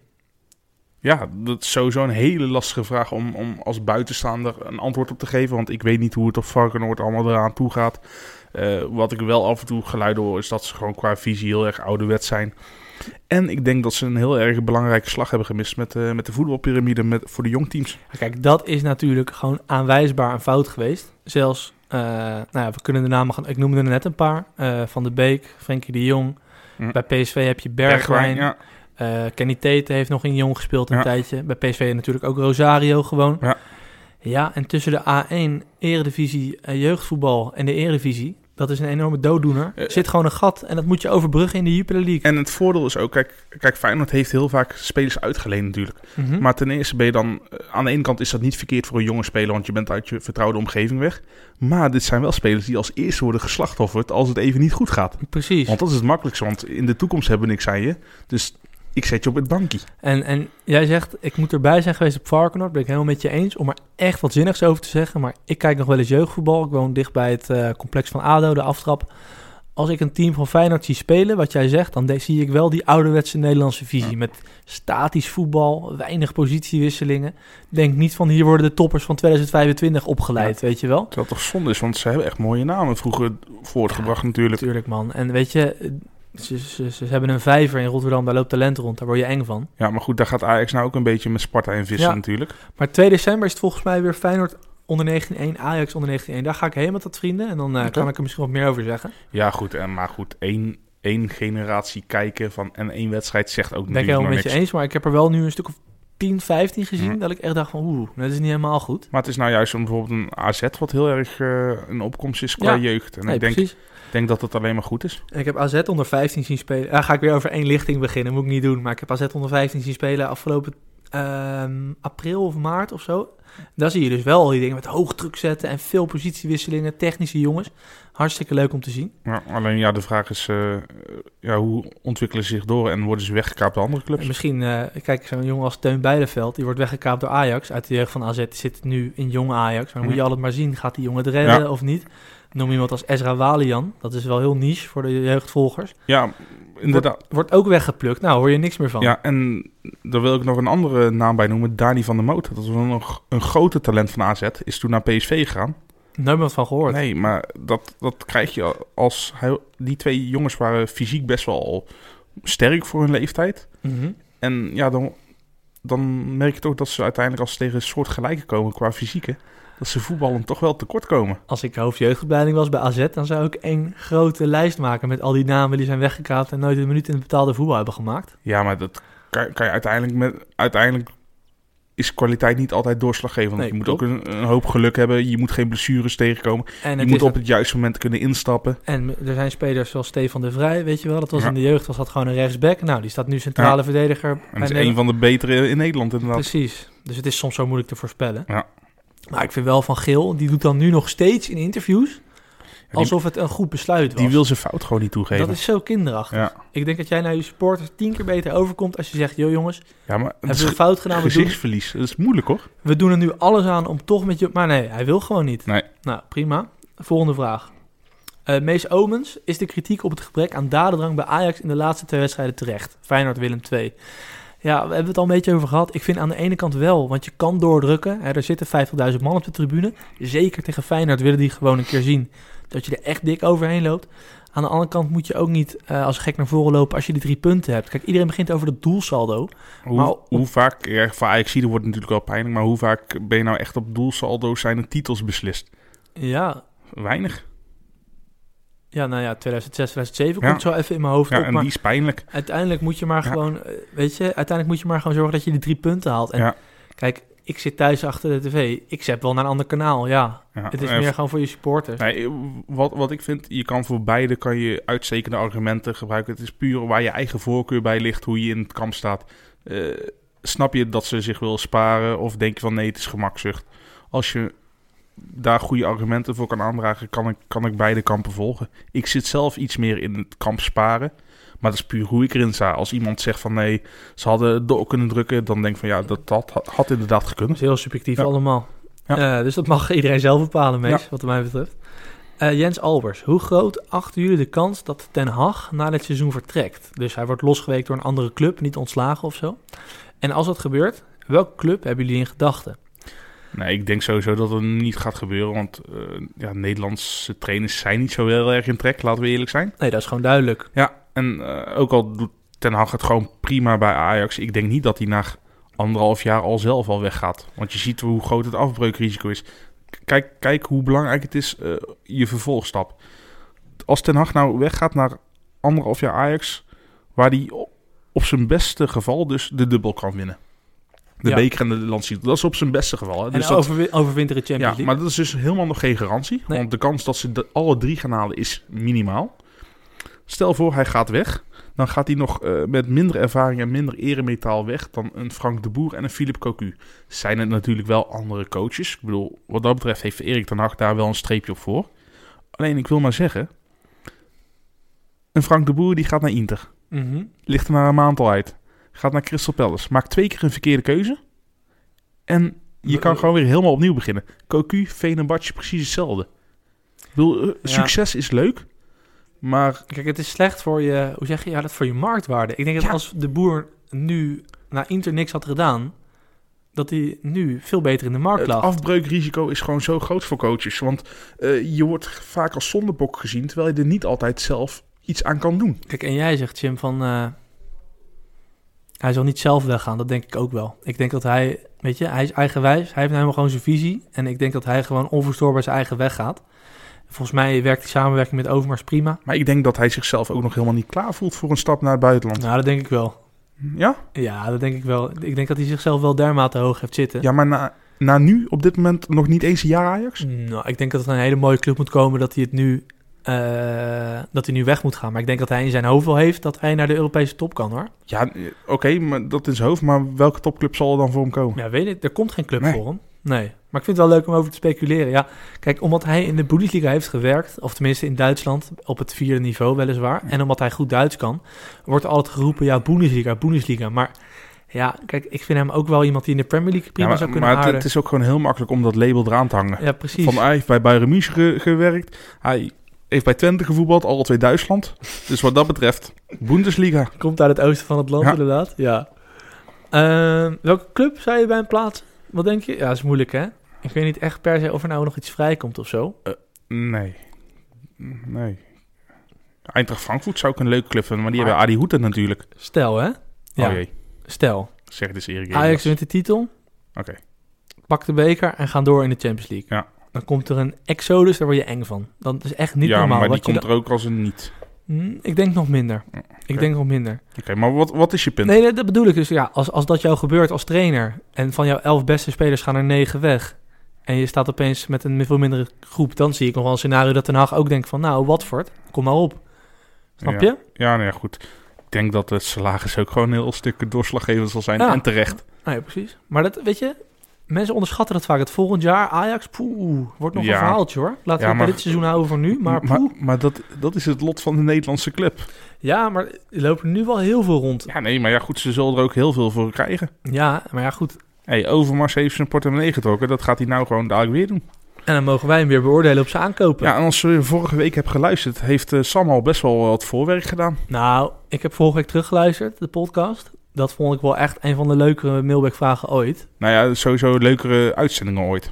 Ja, dat is sowieso een hele lastige vraag om, om als buitenstaander een antwoord op te geven. Want ik weet niet hoe het op Varkenoord allemaal eraan toe gaat. Uh, wat ik wel af en toe geluiden hoor, is dat ze gewoon qua visie heel erg ouderwets zijn. En ik denk dat ze een heel erg belangrijke slag hebben gemist met, uh, met de voetbalpyramide met, voor de jongteams. Kijk, dat is natuurlijk gewoon aanwijsbaar een fout geweest. Zelfs, uh, nou ja, we kunnen de namen gaan... Ik noemde er net een paar. Uh, Van de Beek, Frenkie de Jong. Hm. Bij P S V heb je Bergwijn. Bergwijn ja. uh, Kenny Tete heeft nog in Jong gespeeld een ja. tijdje. Bij P S V natuurlijk ook Rosario gewoon. Ja, ja en tussen de A één, Eredivisie, uh, jeugdvoetbal en de Eredivisie... Dat is een enorme dooddoener. Er zit gewoon een gat en dat moet je overbruggen in de Jupiler League. En het voordeel is ook, kijk, kijk Feyenoord heeft heel vaak spelers uitgeleend natuurlijk. Mm-hmm. Maar ten eerste ben je dan, aan de ene kant is dat niet verkeerd voor een jonge speler, want je bent uit je vertrouwde omgeving weg. Maar dit zijn wel spelers die als eerste worden geslachtofferd als het even niet goed gaat. Precies. Want dat is het makkelijkste, want in de toekomst hebben we niks aan je. Dus ik zet je op het bankje. En, en jij zegt, ik moet erbij zijn geweest op Varkenoord. Ben ik helemaal met je eens om er echt wat zinnigs over te zeggen. Maar ik kijk nog wel eens jeugdvoetbal. Ik woon dicht bij het uh, complex van A D O, de aftrap. Als ik een team van Feyenoord zie spelen, wat jij zegt, dan de- zie ik wel die ouderwetse Nederlandse visie. Ja. Met statisch voetbal, weinig positiewisselingen. Denk niet van hier worden de toppers van twintig vijfentwintig opgeleid, ja. weet je wel. Dat toch zonde is, want ze hebben echt mooie namen vroeger voortgebracht ja, natuurlijk. Tuurlijk man. En weet je... Ze, ze, ze hebben een vijver in Rotterdam, daar loopt talent rond, daar word je eng van. Ja, maar goed, daar gaat Ajax nou ook een beetje met Sparta in vissen ja. natuurlijk. Maar twee december is het volgens mij weer Feyenoord onder negentien één, Ajax onder negentien één. Daar ga ik heen met dat vrienden en dan uh, okay. kan ik er misschien wat meer over zeggen. Ja goed, en, maar goed, één, één generatie kijken van en één wedstrijd zegt ook ben natuurlijk ik helemaal met niks. je eens, maar ik heb er wel nu een stuk of tien, vijftien gezien, hmm. dat ik echt dacht van oeh, dat is niet helemaal goed. Maar het is nou juist een, bijvoorbeeld een A Z wat heel erg uh, een opkomst is qua ja. jeugd. En nee, ik denk... precies. Ik denk dat het alleen maar goed is. Ik heb A Z onder vijftien zien spelen. Ja, ga ik weer over één lichting beginnen. Moet ik niet doen. Maar ik heb A Z onder vijftien zien spelen afgelopen uh, april of maart of zo. Daar zie je dus wel die dingen met hoog druk zetten en veel positiewisselingen. Technische jongens. Hartstikke leuk om te zien. Ja, alleen ja, de vraag is, uh, ja, hoe ontwikkelen ze zich door en worden ze weggekaapt door andere clubs? En misschien, uh, kijk, zo'n jongen als Teun Bijleveld, die wordt weggekaapt door Ajax. Uit de jeugd van A Z, die zit nu in jonge Ajax. Maar dan moet je altijd maar zien, gaat die jongen het redden ja. of niet? Noem iemand als Ezra Walian. Dat is wel heel niche voor de jeugdvolgers. Ja, inderdaad. Wordt, wordt ook weggeplukt. Nou, hoor je niks meer van. Ja, en daar wil ik nog een andere naam bij noemen. Dani van der Moot. Dat was nog een grote talent van A Z. Is toen naar P S V gegaan. Nooit wat van gehoord. Nee, maar dat, dat krijg je als... Hij, die twee jongens waren fysiek best wel sterk voor hun leeftijd. Mm-hmm. En ja, dan, dan merk je toch dat ze uiteindelijk als ze tegen een soort gelijke komen qua fysieke... dat ze voetballen toch wel tekort komen. Als ik hoofdjeugdopleiding was bij A Z, dan zou ik één grote lijst maken met al die namen die zijn weggekaapt en nooit een minuut in het betaalde voetbal hebben gemaakt. Ja, maar dat kan, kan je uiteindelijk met... Uiteindelijk is kwaliteit niet altijd doorslaggevend. Nee, je moet klopt. ook een, een hoop geluk hebben. Je moet geen blessures tegenkomen. En je moet op het juiste moment kunnen instappen. En er zijn spelers zoals Stefan de Vrij, weet je wel. Dat was ja. in de jeugd, was dat gewoon een rechtsback. Nou, die staat nu centrale ja. verdediger. En dat is een van de betere in Nederland inderdaad. Precies. Dus het is soms zo moeilijk te voorspellen. Ja. Maar ik vind wel Van Geel, die doet dan nu nog steeds in interviews... die, alsof het een goed besluit was. Die wil zijn fout gewoon niet toegeven. Dat is zo kinderachtig. Ja. Ik denk dat jij naar je supporters tien keer beter overkomt als je zegt... joh jongens, Ja, maar hebben we een fout gedaan? We doen, gezichtsverlies, dat is moeilijk hoor. we doen er nu alles aan om toch met je... Maar nee, hij wil gewoon niet. Nee. Nou, prima. Volgende vraag. Uh, Mees Omens, is de kritiek op het gebrek aan dadendrang bij Ajax in de laatste twee wedstrijden terecht? Feyenoord Willem twee. Ja, we hebben het al een beetje over gehad. Ik vind aan de ene kant wel, want je kan doordrukken. Hè, er zitten vijftigduizend man op de tribune. Zeker tegen Feyenoord willen die gewoon een keer zien dat je er echt dik overheen loopt. Aan de andere kant moet je ook niet uh, als gek naar voren lopen als je die drie punten hebt. Kijk, iedereen begint over het doelsaldo. Hoe, maar, hoe vaak, ja, voor Ajax wordt het natuurlijk wel pijnlijk, maar hoe vaak ben je nou echt op doelsaldo zijn de titels beslist? Ja. Weinig. Ja, nou ja, tweeduizend zes, tweeduizend zeven Ja. komt zo even in mijn hoofd Ja, op. en Maar die is pijnlijk. uiteindelijk moet je maar Ja. gewoon, uh, weet je, uiteindelijk moet je maar gewoon zorgen dat je die drie punten haalt. En Ja. kijk, ik zit thuis achter de tv. Ik zet wel naar een ander kanaal, ja. Ja, Het is eh, meer gewoon voor je supporters. Nee, wat, wat ik vind, je kan voor beide kan je uitstekende argumenten gebruiken. Het is puur waar je eigen voorkeur bij ligt, hoe je in het kamp staat. Uh, snap je dat ze zich wil sparen of denk je van nee, het is gemakzucht? Als je daar goede argumenten voor kan aandragen, kan ik, kan ik beide kampen volgen. Ik zit zelf iets meer in het kamp sparen, maar dat is puur hoe ik erin sta. Als iemand zegt van nee, ze hadden door kunnen drukken, dan denk ik van ja, dat, dat had, had inderdaad gekund. Dat is heel subjectief Ja. allemaal. Ja. Uh, dus dat mag iedereen zelf bepalen, Mees, Ja. wat mij betreft. Uh, Jens Albers, hoe groot achten jullie de kans dat Ten Hag na dit seizoen vertrekt? Dus hij wordt losgeweekt door een andere club, niet ontslagen of zo. En als dat gebeurt, welke club hebben jullie in gedachten? Nee, ik denk sowieso dat het niet gaat gebeuren, want uh, ja, Nederlandse trainers zijn niet zo heel erg in trek, laten we eerlijk zijn. Nee, dat is gewoon duidelijk. Ja, en uh, ook al doet Ten Hag het gewoon prima bij Ajax, ik denk niet dat hij na anderhalf jaar al zelf al weggaat. Want je ziet hoe groot het afbreukrisico is. Kijk, kijk hoe belangrijk het is, uh, je vervolgstap. Als Ten Hag nou weggaat naar anderhalf jaar Ajax, waar hij op, op zijn beste geval dus de dubbel kan winnen. De ja. beker en de landstitel. Dat is op zijn beste geval. Hè. Dus en dat, overwin- overwinteren Champions ja, League. maar dat is dus helemaal nog geen garantie. Nee. Want de kans dat ze de, alle drie gaan halen is minimaal. Stel voor, hij gaat weg. Dan gaat hij nog uh, met minder ervaring en minder eremetaal weg dan een Frank de Boer en een Philippe Cocu. Zijn het natuurlijk wel andere coaches. Ik bedoel, wat dat betreft heeft Erik ten Hag daar wel een streepje op voor. Alleen, ik wil maar zeggen, een Frank de Boer die gaat naar Inter. Mm-hmm. Ligt er na een maand al uit. Gaat naar Crystal Palace. Maakt twee keer een verkeerde keuze. En je kan gewoon weer helemaal opnieuw beginnen. Cocu, Fenerbahce, precies hetzelfde. Ik bedoel, uh, succes ja. is leuk. Maar kijk, het is slecht voor je, hoe zeg je, ja, dat voor je marktwaarde. Ik denk dat ja. als de Boer nu naar Inter niks had gedaan, dat hij nu veel beter in de markt lag. Het afbreukrisico is gewoon zo groot voor coaches. Want uh, je wordt vaak als zondebok gezien, terwijl je er niet altijd zelf iets aan kan doen. Kijk, en jij zegt, Jim, van uh, hij zal niet zelf weggaan. Dat denk ik ook wel. Ik denk dat hij, weet je, hij is eigenwijs. Hij heeft helemaal gewoon zijn visie. En ik denk dat hij gewoon onverstoorbaar zijn eigen weg gaat. Volgens mij werkt die samenwerking met Overmars prima. Maar ik denk dat hij zichzelf ook nog helemaal niet klaar voelt voor een stap naar het buitenland. Nou, dat denk ik wel. Ja? Ja, dat denk ik wel. Ik denk dat hij zichzelf wel dermate hoog heeft zitten. Ja, maar na, na nu, op dit moment, nog niet eens een jaar Ajax? Nou, ik denk dat er een hele mooie club moet komen dat hij het nu, uh, dat hij nu weg moet gaan. Maar ik denk dat hij in zijn hoofd wel heeft dat hij naar de Europese top kan, hoor. Ja, oké, okay, maar dat in zijn hoofd. Maar welke topclub zal er dan voor hem komen? Ja, weet ik. Er komt geen club nee. voor hem. Nee. Maar ik vind het wel leuk om over te speculeren. Ja, kijk, omdat hij in de Bundesliga heeft gewerkt, of tenminste in Duitsland, op het vierde niveau weliswaar, en omdat hij goed Duits kan, wordt er altijd geroepen, ja, Bundesliga, Bundesliga. Maar ja, kijk, ik vind hem ook wel iemand die in de Premier League prima ja, maar, zou kunnen maar aarden. Het is ook gewoon heel makkelijk om dat label eraan te hangen. Ja, precies. Van, hij heeft bij Bayern München ge- gewerkt, hij heeft bij Twente gevoetbald, alle twee Duitsland. Dus wat dat betreft, Bundesliga. Komt uit het oosten van het land, ja. inderdaad. Ja. Uh, welke club zou je bij hem plaatsen? Wat denk je? Ja, dat is moeilijk, hè? Ik weet niet echt per se of er nou nog iets vrijkomt of zo. Uh, nee. Nee. Eintracht Frankfurt zou ik een leuke club vinden, maar die maar, hebben Adi Hoeten natuurlijk. Stel, hè? Ja. Oh jee. Stel. Zeg dus Erik. Ajax wint de titel. Oké. Okay. Pak de beker en gaan door in de Champions League. Ja. Dan komt er een exodus, daar word je eng van. Dat is echt niet ja, normaal. Ja, maar wat die komt da- er ook als een niet. Hmm, ik denk nog minder. Okay. Ik denk nog minder. Oké, okay, maar wat, wat is je punt? Nee, nee, dat bedoel ik dus. Ja, als, als dat jou gebeurt als trainer en van jouw elf beste spelers gaan er negen weg en je staat opeens met een veel mindere groep, dan zie ik nog wel een scenario dat Den Haag ook denkt van, nou, Watford, kom maar op. Snap ja. je? Ja, nee, goed. Ik denk dat het salaris ook gewoon een heel stuk doorslaggevend zal zijn ja. en terecht. Nou ja, precies. Maar dat, weet je, mensen onderschatten dat vaak. Het volgend jaar Ajax, poeh, wordt nog Ja. een verhaaltje hoor. Laten Ja, we maar- bij dit seizoen houden voor nu, maar maar, poeh. maar dat, dat is het lot van de Nederlandse club. Ja, maar er lopen nu wel heel veel rond. Ja, nee, maar ja, goed, ze zullen er ook heel veel voor krijgen. Ja, maar ja goed. Hey, Overmars heeft zijn portemonnee getrokken. Dat gaat hij nou gewoon dadelijk weer doen. En dan mogen wij hem weer beoordelen op zijn aankopen. Ja, en als je vorige week hebt geluisterd, heeft uh, Sam al best wel wat voorwerk gedaan. Nou, ik heb vorige week teruggeluisterd, de podcast. Dat vond ik wel echt een van de leukere mailback-vragen ooit. Nou ja, sowieso leukere uitzendingen ooit.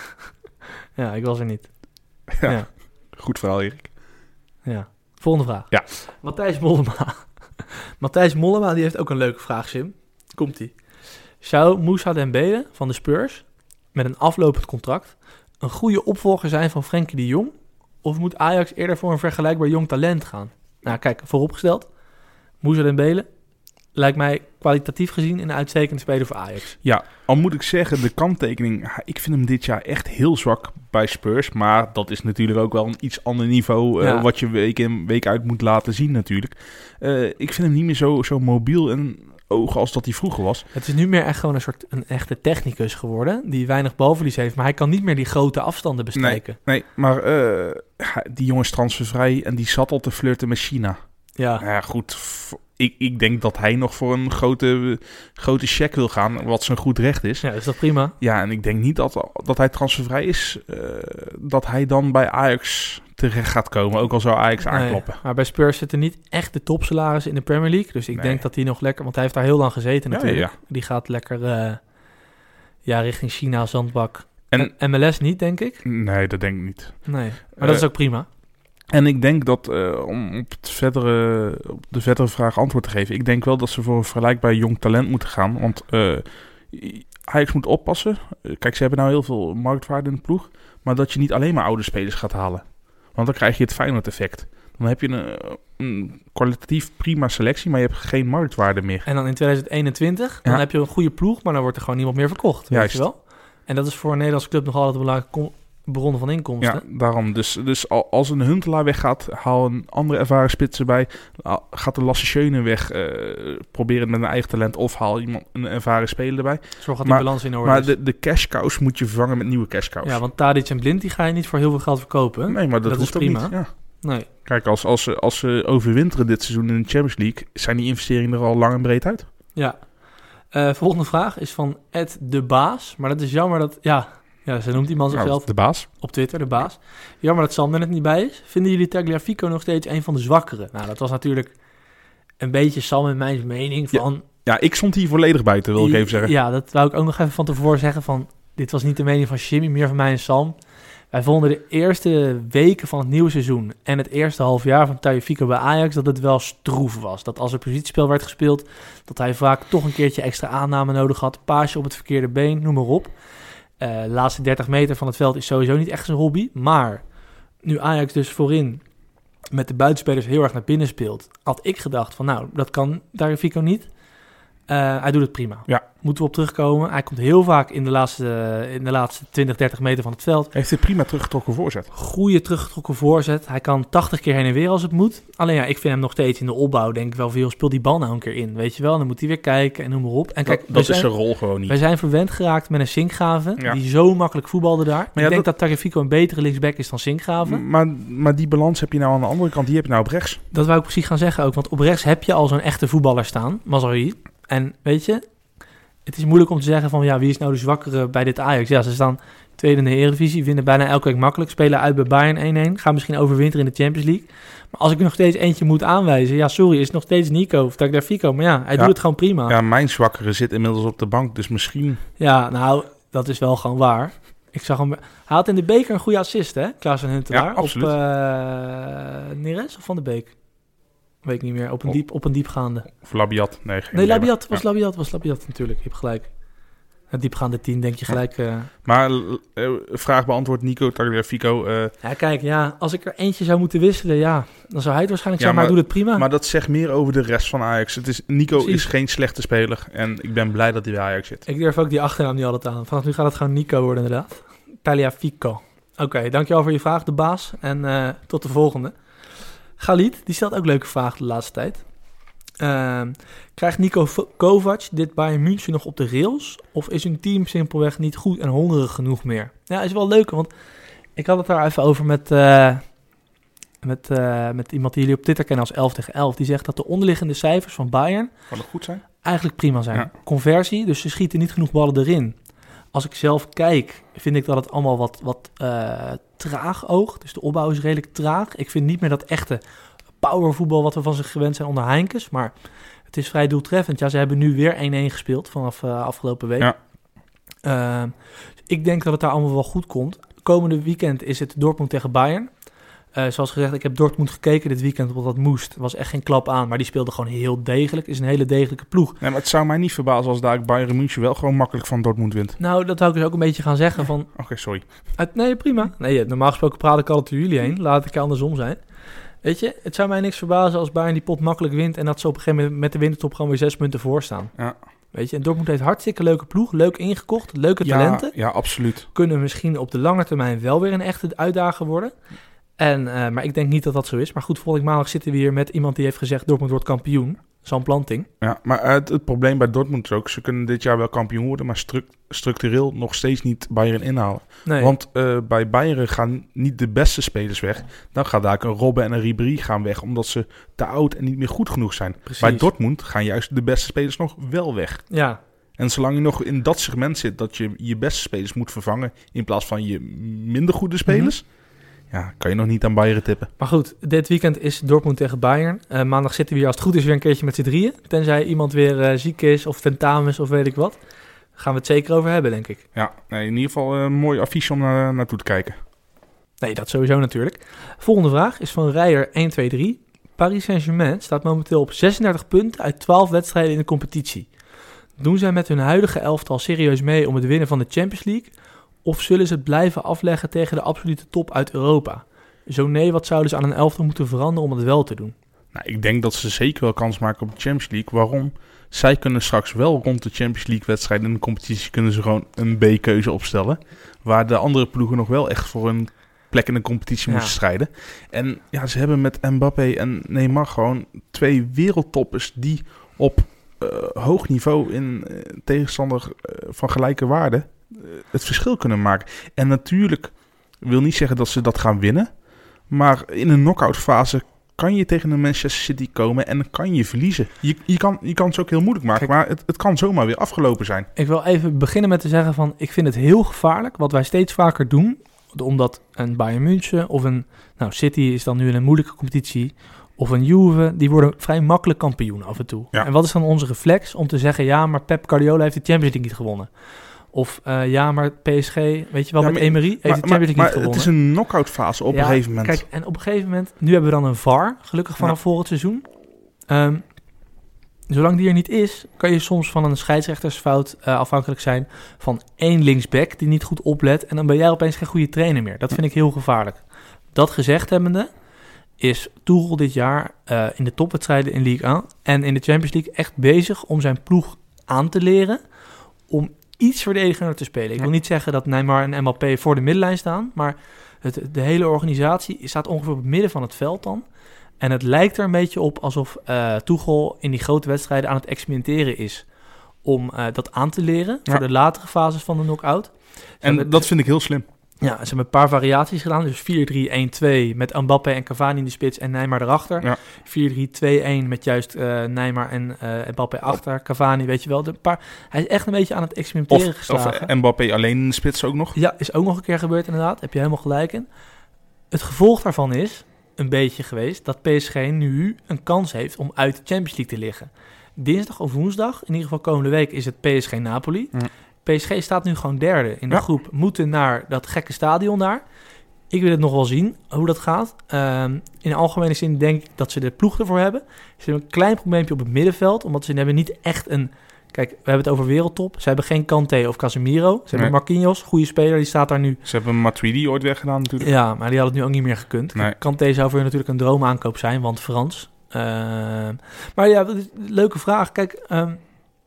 Ja, ik was er niet. Ja. Ja. Goed verhaal, Erik. Ja. Volgende vraag. Ja. Matthijs Mollema. Matthijs Mollema, die heeft ook een leuke vraag, Sim. Komt-ie. Zou Moussa Dembele van de Spurs met een aflopend contract een goede opvolger zijn van Frenkie de Jong? Of moet Ajax eerder voor een vergelijkbaar jong talent gaan? Nou, kijk, vooropgesteld. Moussa Dembele lijkt mij kwalitatief gezien een uitstekende speler voor Ajax. Ja, al moet ik zeggen, de kanttekening... Ik vind hem dit jaar echt heel zwak bij Spurs. Maar dat is natuurlijk ook wel een iets ander niveau... Uh, Ja. wat je week in, week uit moet laten zien natuurlijk. Uh, ik vind hem niet meer zo, zo mobiel en ogen als dat hij vroeger was. Het is nu meer echt gewoon een soort een echte technicus geworden... die weinig balverlies heeft, maar hij kan niet meer die grote afstanden bestrijken. Nee, maar uh, die jongen is transfervrij en die zat al te flirten met China. Ja. Nou ja, goed... F- Ik, ik denk dat hij nog voor een grote, grote check wil gaan, wat zijn goed recht is. Ja, is dat prima? Ja, en ik denk niet dat, dat hij transfervrij is, uh, dat hij dan bij Ajax terecht gaat komen. Ook al zou Ajax Nee, aankloppen. maar bij Spurs zitten niet echt de topsalaris in de Premier League. Dus ik Nee. denk dat hij nog lekker... Want hij heeft daar heel lang gezeten Ja, natuurlijk. ja. Die gaat lekker uh, ja, richting China, zandbak. En, M L S niet, denk ik. nee, dat denk ik niet. Nee, maar Uh, dat is ook prima. En ik denk dat, uh, om op, het verdere, op de verdere vraag antwoord te geven... ik denk wel dat ze voor een vergelijkbaar jong talent moeten gaan. Want uh, Ajax moet oppassen. Uh, kijk, ze hebben nou heel veel marktwaarde in de ploeg. Maar dat je niet alleen maar oude spelers gaat halen. Want dan krijg je het Feyenoord-effect. Dan heb je een, een kwalitatief prima selectie, maar je hebt geen marktwaarde meer. En dan in twintig eenentwintig, dan Ja. heb je een goede ploeg... maar dan wordt er gewoon niemand meer verkocht. Weet Juist. je wel? En dat is voor een Nederlandse club nog altijd een belangrijke kom- bron van inkomsten. Ja, daarom. Dus, dus al- als een Huntelaar weggaat, haal een andere ervaren spits erbij. Haal- Gaat de Lasse Schöne weg, uh, probeer het met een eigen talent... of haal iemand een ervaren speler erbij. Zorg dat die Maar- balans in orde Maar is. de, de cash cows moet je vervangen met nieuwe cash cows. Ja, want Tadic en Blind die ga je niet voor heel veel geld verkopen. nee, maar dat, dat hoeft is ook prima. niet. Ja. Nee. Kijk, als, als, ze, als ze overwinteren dit seizoen in de Champions League... zijn die investeringen er al lang en breed uit. Ja. Uh, volgende vraag is van Ed de Baas. Maar dat is jammer dat... Ja, ja ze noemt die man zichzelf Nou, de baas. op Twitter, de Baas. Jammer dat Sam er net niet bij is. Vinden jullie Tagliafico nog steeds een van de zwakkere? Nou, dat was natuurlijk een beetje Sam en mijn mening van... Ja, ik stond hier volledig buiten, wil ik even zeggen. Ja, dat wou ik ook nog even van tevoren zeggen van... Dit was niet de mening van Jimmy, meer van mij en Sam. Wij vonden de eerste weken van het nieuwe seizoen... en het eerste half jaar van Tagliafico bij Ajax... dat het wel stroef was. Dat als er positiespel werd gespeeld... dat hij vaak toch een keertje extra aanname nodig had. Paasje op het verkeerde been, noem maar op. Uh, de laatste dertig meter van het veld is sowieso niet echt zijn hobby. Maar nu Ajax dus voorin met de buitenspelers heel erg naar binnen speelt... had ik gedacht van nou, dat kan Tagliafico niet... Uh, hij doet het prima. Ja. Moeten we op terugkomen. Hij komt heel vaak in de laatste, in de laatste twintig, dertig meter van het veld. Heeft hij prima teruggetrokken voorzet. Goeie teruggetrokken voorzet. Hij kan tachtig keer heen en weer als het moet. Alleen ja, ik vind hem nog steeds in de opbouw. Denk ik wel veel, speel die bal nou een keer in. Weet je wel, dan moet hij weer kijken en noem maar op. En kijk, dat dat zijn, is zijn rol gewoon niet. Wij zijn verwend geraakt met een Sinkgraven. Ja. Die zo makkelijk voetbalde daar. Maar ik ja, denk dat... dat Tagliafico een betere linksback is dan Sinkgraven. Maar, maar die balans heb je nou aan de andere kant. Die heb je nou op rechts. Dat wou ik precies gaan zeggen ook. Want op rechts heb je al zo'n echte voetballer staan. Mazraoui. En weet je... Het is moeilijk om te zeggen van ja, wie is nou de zwakkere bij dit Ajax? Ja, ze staan tweede in de Eredivisie, winnen bijna elke week makkelijk, spelen uit bij Bayern één-één, gaan misschien overwinteren in de Champions League. Maar als ik er nog steeds eentje moet aanwijzen, ja sorry, is het nog steeds Nico of Tagliafico, maar ja, hij ja. doet het gewoon prima. Ja, mijn zwakkere zit inmiddels op de bank, dus misschien... Ja, nou, dat is wel gewoon waar. Ik zag hem, hij had in de beker een goede assist, hè, Klaas en Huntelaar, ja, absoluut. op uh, Neres of Van de Beek? Weet ik niet meer, op een, diep, op een diepgaande. Of Labiat, nee. Geen nee, Labiat was ja. Labiat, was Labiat natuurlijk, je hebt gelijk. Een diepgaande tien, denk je gelijk... Uh... Maar uh, vraag beantwoord Nico Tagliafico. Uh... Ja, kijk, ja, als ik er eentje zou moeten wisselen, ja, dan zou hij het waarschijnlijk ja, zijn, maar hij doet het prima. Maar dat zegt meer over de rest van Ajax. Het is, Nico Precies. is geen slechte speler en ik ben blij dat hij bij Ajax zit. Ik durf ook die achternaam niet altijd aan. Vanaf nu gaat het gewoon Nico worden, inderdaad. Tagliafico. Oké, okay, dankjewel voor je vraag, de baas. En uh, tot de volgende. Galit, die stelt ook leuke vragen de laatste tijd. Uh, krijgt Niko Kovac dit Bayern München nog op de rails? Of is hun team simpelweg niet goed en hongerig genoeg meer? Ja, is wel leuk, want ik had het daar even over met, uh, met, uh, met iemand die jullie op Twitter kennen als elf tegen elf. Die zegt dat de onderliggende cijfers van Bayern Kan het goed zijn? eigenlijk prima zijn. Ja. Conversie, dus ze schieten niet genoeg ballen erin. Als ik zelf kijk, vind ik dat het allemaal wat, wat uh, traag oogt. Dus de opbouw is redelijk traag. Ik vind niet meer dat echte powervoetbal wat we van ze gewend zijn onder Heinkes. Maar het is vrij doeltreffend. Ja, ze hebben nu weer één-één gespeeld vanaf uh, afgelopen week. Ja. Uh, ik denk dat het daar allemaal wel goed komt. Komende weekend is het Dortmund tegen Bayern. Uh, zoals gezegd, ik heb Dortmund gekeken dit weekend, omdat dat moest. Er was echt geen klap aan, maar die speelde gewoon heel degelijk. Is een hele degelijke ploeg. Nee, maar het zou mij niet verbazen als daar Bayern München wel gewoon makkelijk van Dortmund wint. Nou, dat zou ik dus ook een beetje gaan zeggen van... Oké, okay, sorry. Uit, nee, prima. Nee, normaal gesproken praat ik altijd door jullie heen. Laat ik andersom zijn. Weet je, het zou mij niks verbazen als Bayern die pot makkelijk wint en dat ze op een gegeven moment met de wintertop gewoon weer zes punten voor staan. Ja. Weet je, en Dortmund heeft hartstikke leuke ploeg, leuk ingekocht, leuke talenten. Ja, ja, absoluut. Kunnen misschien op de lange termijn wel weer een echte uitdager worden. En, uh, maar ik denk niet dat dat zo is. Maar goed, volgende maandag zitten we hier met iemand die heeft gezegd Dortmund wordt kampioen. Sam Planting. Ja, maar het, het probleem bij Dortmund is ook, ze kunnen dit jaar wel kampioen worden, maar stru- structureel nog steeds niet Bayern inhalen. Nee. Want uh, bij Bayern gaan niet de beste spelers weg. Dan gaat daar een Robben en een Ribéry gaan weg, omdat ze te oud en niet meer goed genoeg zijn. Precies. Bij Dortmund gaan juist de beste spelers nog wel weg. Ja. En zolang je nog in dat segment zit, dat je je beste spelers moet vervangen in plaats van je minder goede spelers... Mm-hmm. Ja, kan je nog niet aan Bayern tippen. Maar goed, dit weekend is Dortmund tegen Bayern. Uh, maandag zitten we hier als het goed is weer een keertje met z'n drieën. Tenzij iemand weer uh, ziek is of tentamens of weet ik wat. Gaan we het zeker over hebben, denk ik. Ja, nee, in ieder geval een mooi affiche om naar, naartoe te kijken. Nee, dat sowieso natuurlijk. Volgende vraag is van Rijer een twee drie. Paris Saint-Germain staat momenteel op zesendertig punten uit twaalf wedstrijden in de competitie. Doen zij met hun huidige elftal serieus mee om het winnen van de Champions League? Of zullen ze het blijven afleggen tegen de absolute top uit Europa? Zo nee, wat zouden ze aan een elftal moeten veranderen om het wel te doen? Nou, ik denk dat ze zeker wel kans maken op de Champions League. Waarom? Zij kunnen straks wel rond de Champions League wedstrijden in de competitie kunnen ze gewoon een B-keuze opstellen. Waar de andere ploegen nog wel echt voor een plek in de competitie ja. moesten strijden. En ja, ze hebben met Mbappé en Neymar gewoon twee wereldtoppers die op uh, hoog niveau in uh, tegenstander uh, van gelijke waarde het verschil kunnen maken. En natuurlijk wil niet zeggen dat ze dat gaan winnen. Maar in een knock-out fase kan je tegen een Manchester City komen en kan je verliezen. Je, je, kan, je kan het ook heel moeilijk maken, Kijk, maar het, het kan zomaar weer afgelopen zijn. Ik wil even beginnen met te zeggen van, ik vind het heel gevaarlijk wat wij steeds vaker doen. Omdat een Bayern München of een nou, City is dan nu in een moeilijke competitie. Of een Juve, die worden vrij makkelijk kampioen af en toe. Ja. En wat is dan onze reflex om te zeggen, ja, maar Pep Guardiola heeft de Champions League niet gewonnen. Of uh, ja, maar P S G, weet je wel, ja, met Emery heeft maar, de Champions League maar, niet gewonnen. Maar het is een knock-out fase op ja, een gegeven moment. Kijk, en op een gegeven moment, nu hebben we dan een V A R, gelukkig vanaf ja. voor het seizoen. Um, zolang die er niet is, kan je soms van een scheidsrechtersfout uh, afhankelijk zijn van één linksback die niet goed oplet. En dan ben jij opeens geen goede trainer meer. Dat vind ik heel gevaarlijk. Dat gezegd hebbende, is Tuchel dit jaar uh, in de topwedstrijden in Ligue één en in de Champions League echt bezig om zijn ploeg aan te leren om iets verdedigender te spelen. Ik wil niet zeggen dat Neymar en Mbappé voor de middenlijn staan, maar het, de hele organisatie staat ongeveer op het midden van het veld dan. En het lijkt er een beetje op alsof uh, Tuchel in die grote wedstrijden aan het experimenteren is om uh, dat aan te leren ja. voor de latere fases van de knock-out. En hebben, dat vind ik heel slim. Ja, ze hebben een paar variaties gedaan. Dus vier drie een twee met Mbappé en Cavani in de spits en Neymar erachter. Ja. vier drie twee een met juist uh, Neymar en uh, Mbappé achter. Cavani, weet je wel. De paar, hij is echt een beetje aan het experimenteren of, geslagen. Of Mbappé alleen in de spits ook nog. Ja, is ook nog een keer gebeurd inderdaad. Heb je helemaal gelijk in. Het gevolg daarvan is een beetje geweest dat P S G nu een kans heeft om uit de Champions League te liggen. Dinsdag of woensdag, in ieder geval komende week, is het P S G-Napoli. Mm. P S G staat nu gewoon derde in de ja. groep. Moeten naar dat gekke stadion daar. Ik wil het nog wel zien, hoe dat gaat. Um, in de algemene zin denk ik dat ze de ploeg ervoor hebben. Ze hebben een klein probleempje op het middenveld. Omdat ze hebben niet echt een... Kijk, we hebben het over wereldtop. Ze hebben geen Kanté of Casemiro. Ze nee. hebben Marquinhos, goede speler. Die staat daar nu. Ze hebben Matuidi ooit weggedaan natuurlijk. Ja, maar die had het nu ook niet meer gekund. Nee. Kanté zou voor je natuurlijk een droomaankoop zijn, want Frans. Uh, maar ja, leuke vraag. Kijk... Um,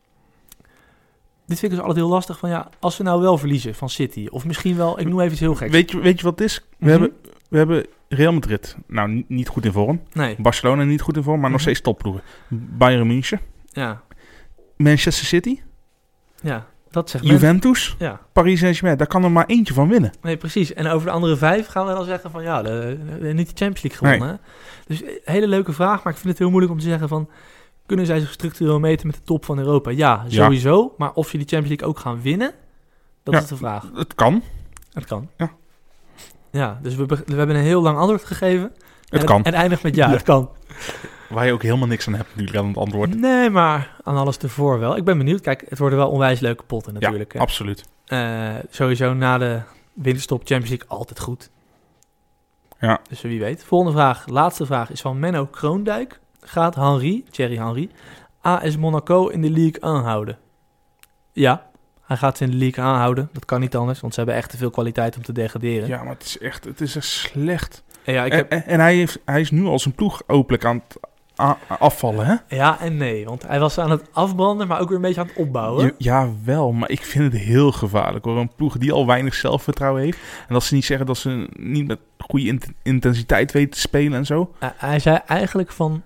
Dit vind ik dus altijd heel lastig van ja, als we nou wel verliezen van City. Of misschien wel, ik noem even iets heel geks. Weet je, weet je wat het is? We, mm-hmm. hebben, we hebben Real Madrid, nou niet, niet goed in vorm. Nee. Barcelona niet goed in vorm, maar nog steeds topploegen. Bayern München. Ja. Manchester City. Ja, dat zegt Juventus. men. Ja. Paris Saint-Germain. Daar kan er maar eentje van winnen. Nee, precies. En over de andere vijf gaan we dan zeggen van ja, de, de, niet de Champions League gewonnen. Nee. Dus hele leuke vraag, maar ik vind het heel moeilijk om te zeggen van kunnen zij zich structureel meten met de top van Europa? Ja, sowieso. Ja. Maar of ze die Champions League ook gaan winnen, dat ja, is de vraag. Het kan. Het kan. Ja. Ja, dus we, we hebben een heel lang antwoord gegeven. Het en kan. Het, en eindigt met ja, ja, het kan. Waar je ook helemaal niks aan hebt natuurlijk aan het antwoord. Nee, maar aan alles ervoor wel. Ik ben benieuwd. Kijk, het worden wel onwijs leuke potten natuurlijk. Ja, hè. absoluut. Uh, sowieso na de winterstop Champions League altijd goed. Ja. Dus wie weet. Volgende vraag, laatste vraag is van Menno Kroondijk. Gaat Henry, Thierry Henry, A S Monaco in de league aanhouden? Ja, hij gaat ze in de league aanhouden. Dat kan niet anders, want ze hebben echt te veel kwaliteit om te degraderen. Ja, maar het is echt, het is echt slecht. En, ja, ik heb... en, en hij, heeft, hij is nu al zijn ploeg openlijk aan het a- afvallen, hè? Ja en nee, want hij was aan het afbranden, maar ook weer een beetje aan het opbouwen. Ja, ja, wel, maar ik vind het heel gevaarlijk hoor. Een ploeg die al weinig zelfvertrouwen heeft. En dat ze niet zeggen dat ze niet met goede int- intensiteit weten te spelen en zo. Uh, hij zei eigenlijk van...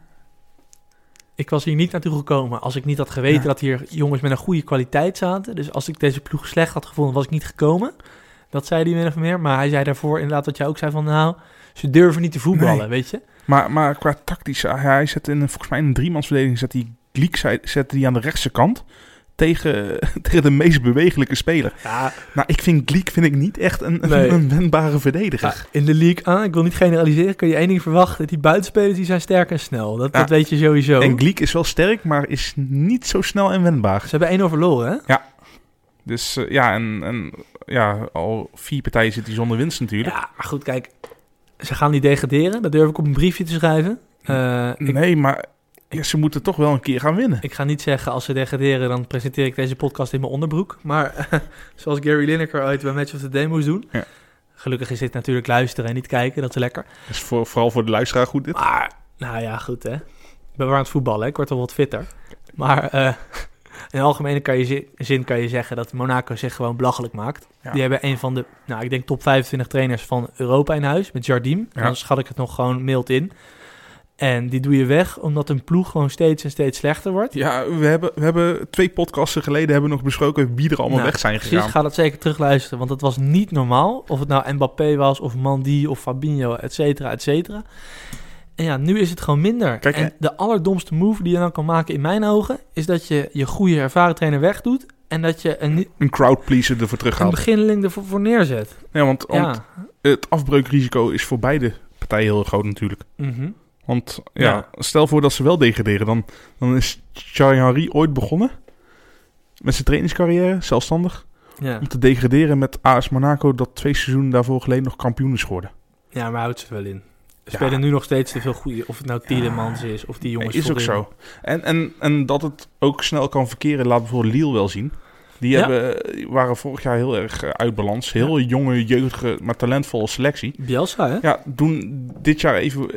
Ik was hier niet naartoe gekomen als ik niet had geweten ja. dat hier jongens met een goede kwaliteit zaten. Dus als ik deze ploeg slecht had gevonden, was ik niet gekomen. Dat zei hij min of meer. Maar hij zei daarvoor inderdaad wat jij ook zei van... nou, ze durven niet te voetballen, nee. weet je. Maar, maar qua tactisch, hij zet in, volgens mij in een driemansverdediging... zet hij Gliek zette hij aan de rechtse kant... Tegen, tegen de meest bewegelijke speler. Ja. Nou, ik vind Gliek vind ik niet echt een, nee. een wendbare verdediger. Ja, in de league aan, ik wil niet generaliseren, kun je één ding verwachten. Die buitenspelers die zijn sterk en snel. Dat, ja. dat weet je sowieso. En Gliek is wel sterk, maar is niet zo snel en wendbaar. Ze hebben één nul verloren, hè? Ja. Dus uh, ja, en, en ja, al vier partijen zit hij zonder winst natuurlijk. Ja, maar goed, kijk. Ze gaan niet degraderen. Dat durf ik op een briefje te schrijven. Uh, nee, ik... maar... Ja, ze moeten toch wel een keer gaan winnen. Ik ga niet zeggen, als ze degraderen, dan presenteer ik deze podcast in mijn onderbroek. Maar uh, zoals Gary Lineker ooit bij Match of the Day moest doen. Ja. Gelukkig is dit natuurlijk luisteren en niet kijken, dat is lekker. Dat is voor, vooral voor de luisteraar goed dit. Maar, nou ja, goed hè. Ik ben weer aan het voetballen, hè? Ik word al wat fitter. Maar uh, in algemene kan je zin kan je zeggen dat Monaco zich gewoon belachelijk maakt. Ja. Die hebben een van de, nou ik denk top vijfentwintig trainers van Europa in huis, met Jardim. Ja. Dan schat ik het nog gewoon mild in. En die doe je weg, omdat een ploeg gewoon steeds en steeds slechter wordt. Ja, we hebben, we hebben twee podcasten geleden hebben we nog besproken wie er allemaal nou, weg zijn gegaan. Precies, ga dat zeker terugluisteren, want het was niet normaal. Of het nou Mbappé was, of Mandi, of Fabinho, et cetera, et cetera. En ja, nu is het gewoon minder. Kijk, en de allerdomste move die je dan kan maken in mijn ogen... is dat je je goede ervaren trainer wegdoet... en dat je een, een crowdpleaser ervoor terughaalt. Een beginneling ervoor voor neerzet. Ja, want, ja. want het afbreukrisico is voor beide partijen heel groot natuurlijk. Mm-hmm. Want ja, ja, stel voor dat ze wel degraderen. Dan, dan is Thierry Henry ooit begonnen met zijn trainingscarrière, zelfstandig. Ja. Om te degraderen met A S Monaco, dat twee seizoenen daarvoor geleden nog kampioen is geworden. Ja, maar houdt ze wel in. Ze ja. spelen nu nog steeds te veel goede. Of het nou Tielemans ja. is, of die jongens. Nee, is ook zo. En, en, en dat het ook snel kan verkeren, laat bijvoorbeeld Lille wel zien. Die ja. hebben, waren vorig jaar heel erg uit balans. Heel ja. jonge, jeugdige, maar talentvolle selectie. Bielsa, hè? Ja, doen dit jaar even...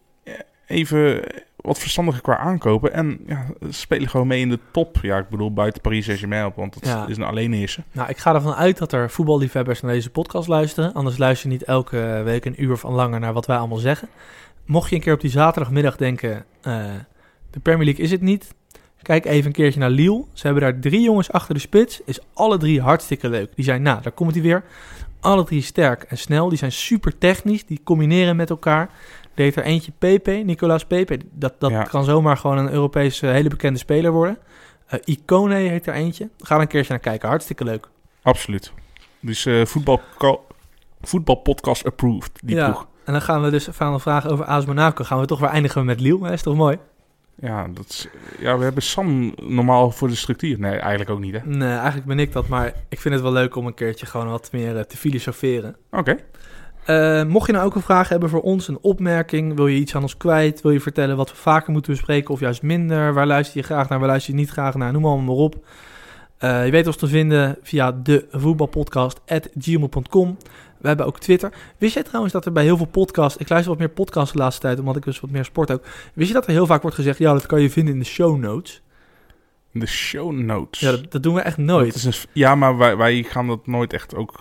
Even wat verstandiger qua aankopen. En ja, spelen gewoon mee in de top. Ja, ik bedoel buiten Paris Saint-Germain op. Want dat ja. is een alleenheerser. Nou, ik ga ervan uit dat er voetballiefhebbers naar deze podcast luisteren. Anders luister je niet elke week een uur van langer naar wat wij allemaal zeggen. Mocht je een keer op die zaterdagmiddag denken... Uh, de Premier League is het niet. Kijk even een keertje naar Lille. Ze hebben daar drie jongens achter de spits. Is alle drie hartstikke leuk. Die zijn, nou, daar komt hij weer. Alle drie sterk en snel. Die zijn super technisch. Die combineren met elkaar... Er heeft er eentje Pepe, Nicolas Pepe. Dat, dat ja. kan zomaar gewoon een Europese hele bekende speler worden. Uh, Icone heet er eentje. Ga er een keertje naar kijken. Hartstikke leuk. Absoluut. Dus uh, voetbal, voetbalpodcast approved, die ja. ploeg. En dan gaan we dus van een vraag over A S Monaco. Gaan we toch weer eindigen met Lille. Dat is toch mooi? Ja, dat is, ja, we hebben Sam normaal voor de structuur. Nee, eigenlijk ook niet, hè? Nee, eigenlijk ben ik dat. Maar ik vind het wel leuk om een keertje gewoon wat meer uh, te filosoferen. Oké. Okay. Uh, mocht je nou ook een vraag hebben voor ons, een opmerking, wil je iets aan ons kwijt, wil je vertellen wat we vaker moeten bespreken of juist minder, waar luister je graag naar, waar luister je niet graag naar, noem allemaal maar op. Uh, je weet ons te vinden via de voetbalpodcast at gmail dot com. We hebben ook Twitter. Wist jij trouwens dat er bij heel veel podcasts, ik luister wat meer podcasts de laatste tijd, omdat ik dus wat meer sport ook. Wist je dat er heel vaak wordt gezegd, ja, dat kan je vinden in de show notes? De show notes? Ja, dat, dat doen we echt nooit. Dat is een, ja, maar wij, wij gaan dat nooit echt ook...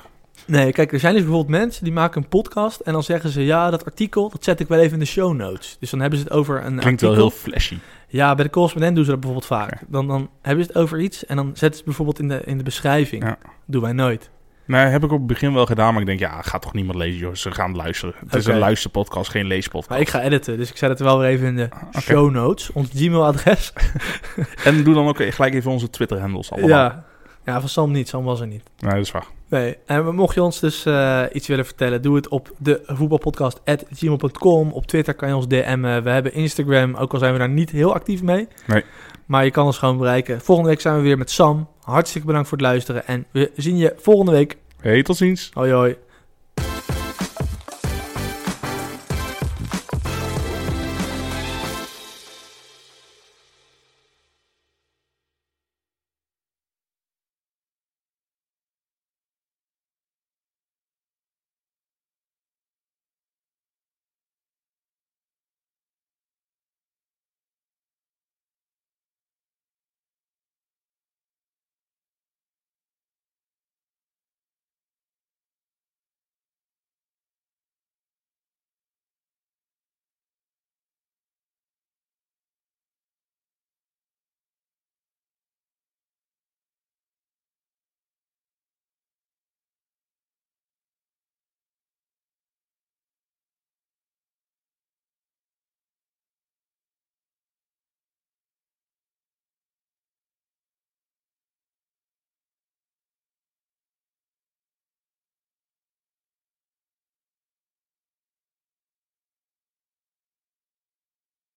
Nee, kijk, er zijn dus bijvoorbeeld mensen die maken een podcast en dan zeggen ze, ja, dat artikel, dat zet ik wel even in de show notes. Dus dan hebben ze het over een Klinkt artikel. wel heel flashy. Ja, bij de correspondent doen ze dat bijvoorbeeld vaak. Ja. Dan, dan hebben ze het over iets en dan zetten ze het bijvoorbeeld in de, in de beschrijving. Ja. Doen wij nooit. Nee, heb ik op het begin wel gedaan, maar ik denk, ja, gaat toch niemand lezen, joh. Ze gaan luisteren. Het is Oké. een luisterpodcast, geen leespodcast. Maar ik ga editen, dus ik zet het er wel weer even in de Oké. show notes. Ons Gmail-adres. En doe dan ook gelijk even onze Twitter-handles allemaal. Ja. ja, van Sam niet. Sam was er niet. Nee, dat is waar. Nee, en mocht je ons dus uh, iets willen vertellen, doe het op de voetbalpodcast at gmail dot com. Op Twitter kan je ons D M'en. We hebben Instagram, ook al zijn we daar niet heel actief mee. Nee. Maar je kan ons gewoon bereiken. Volgende week zijn we weer met Sam. Hartstikke bedankt voor het luisteren en we zien je volgende week. Hey, tot ziens. Hoi hoi.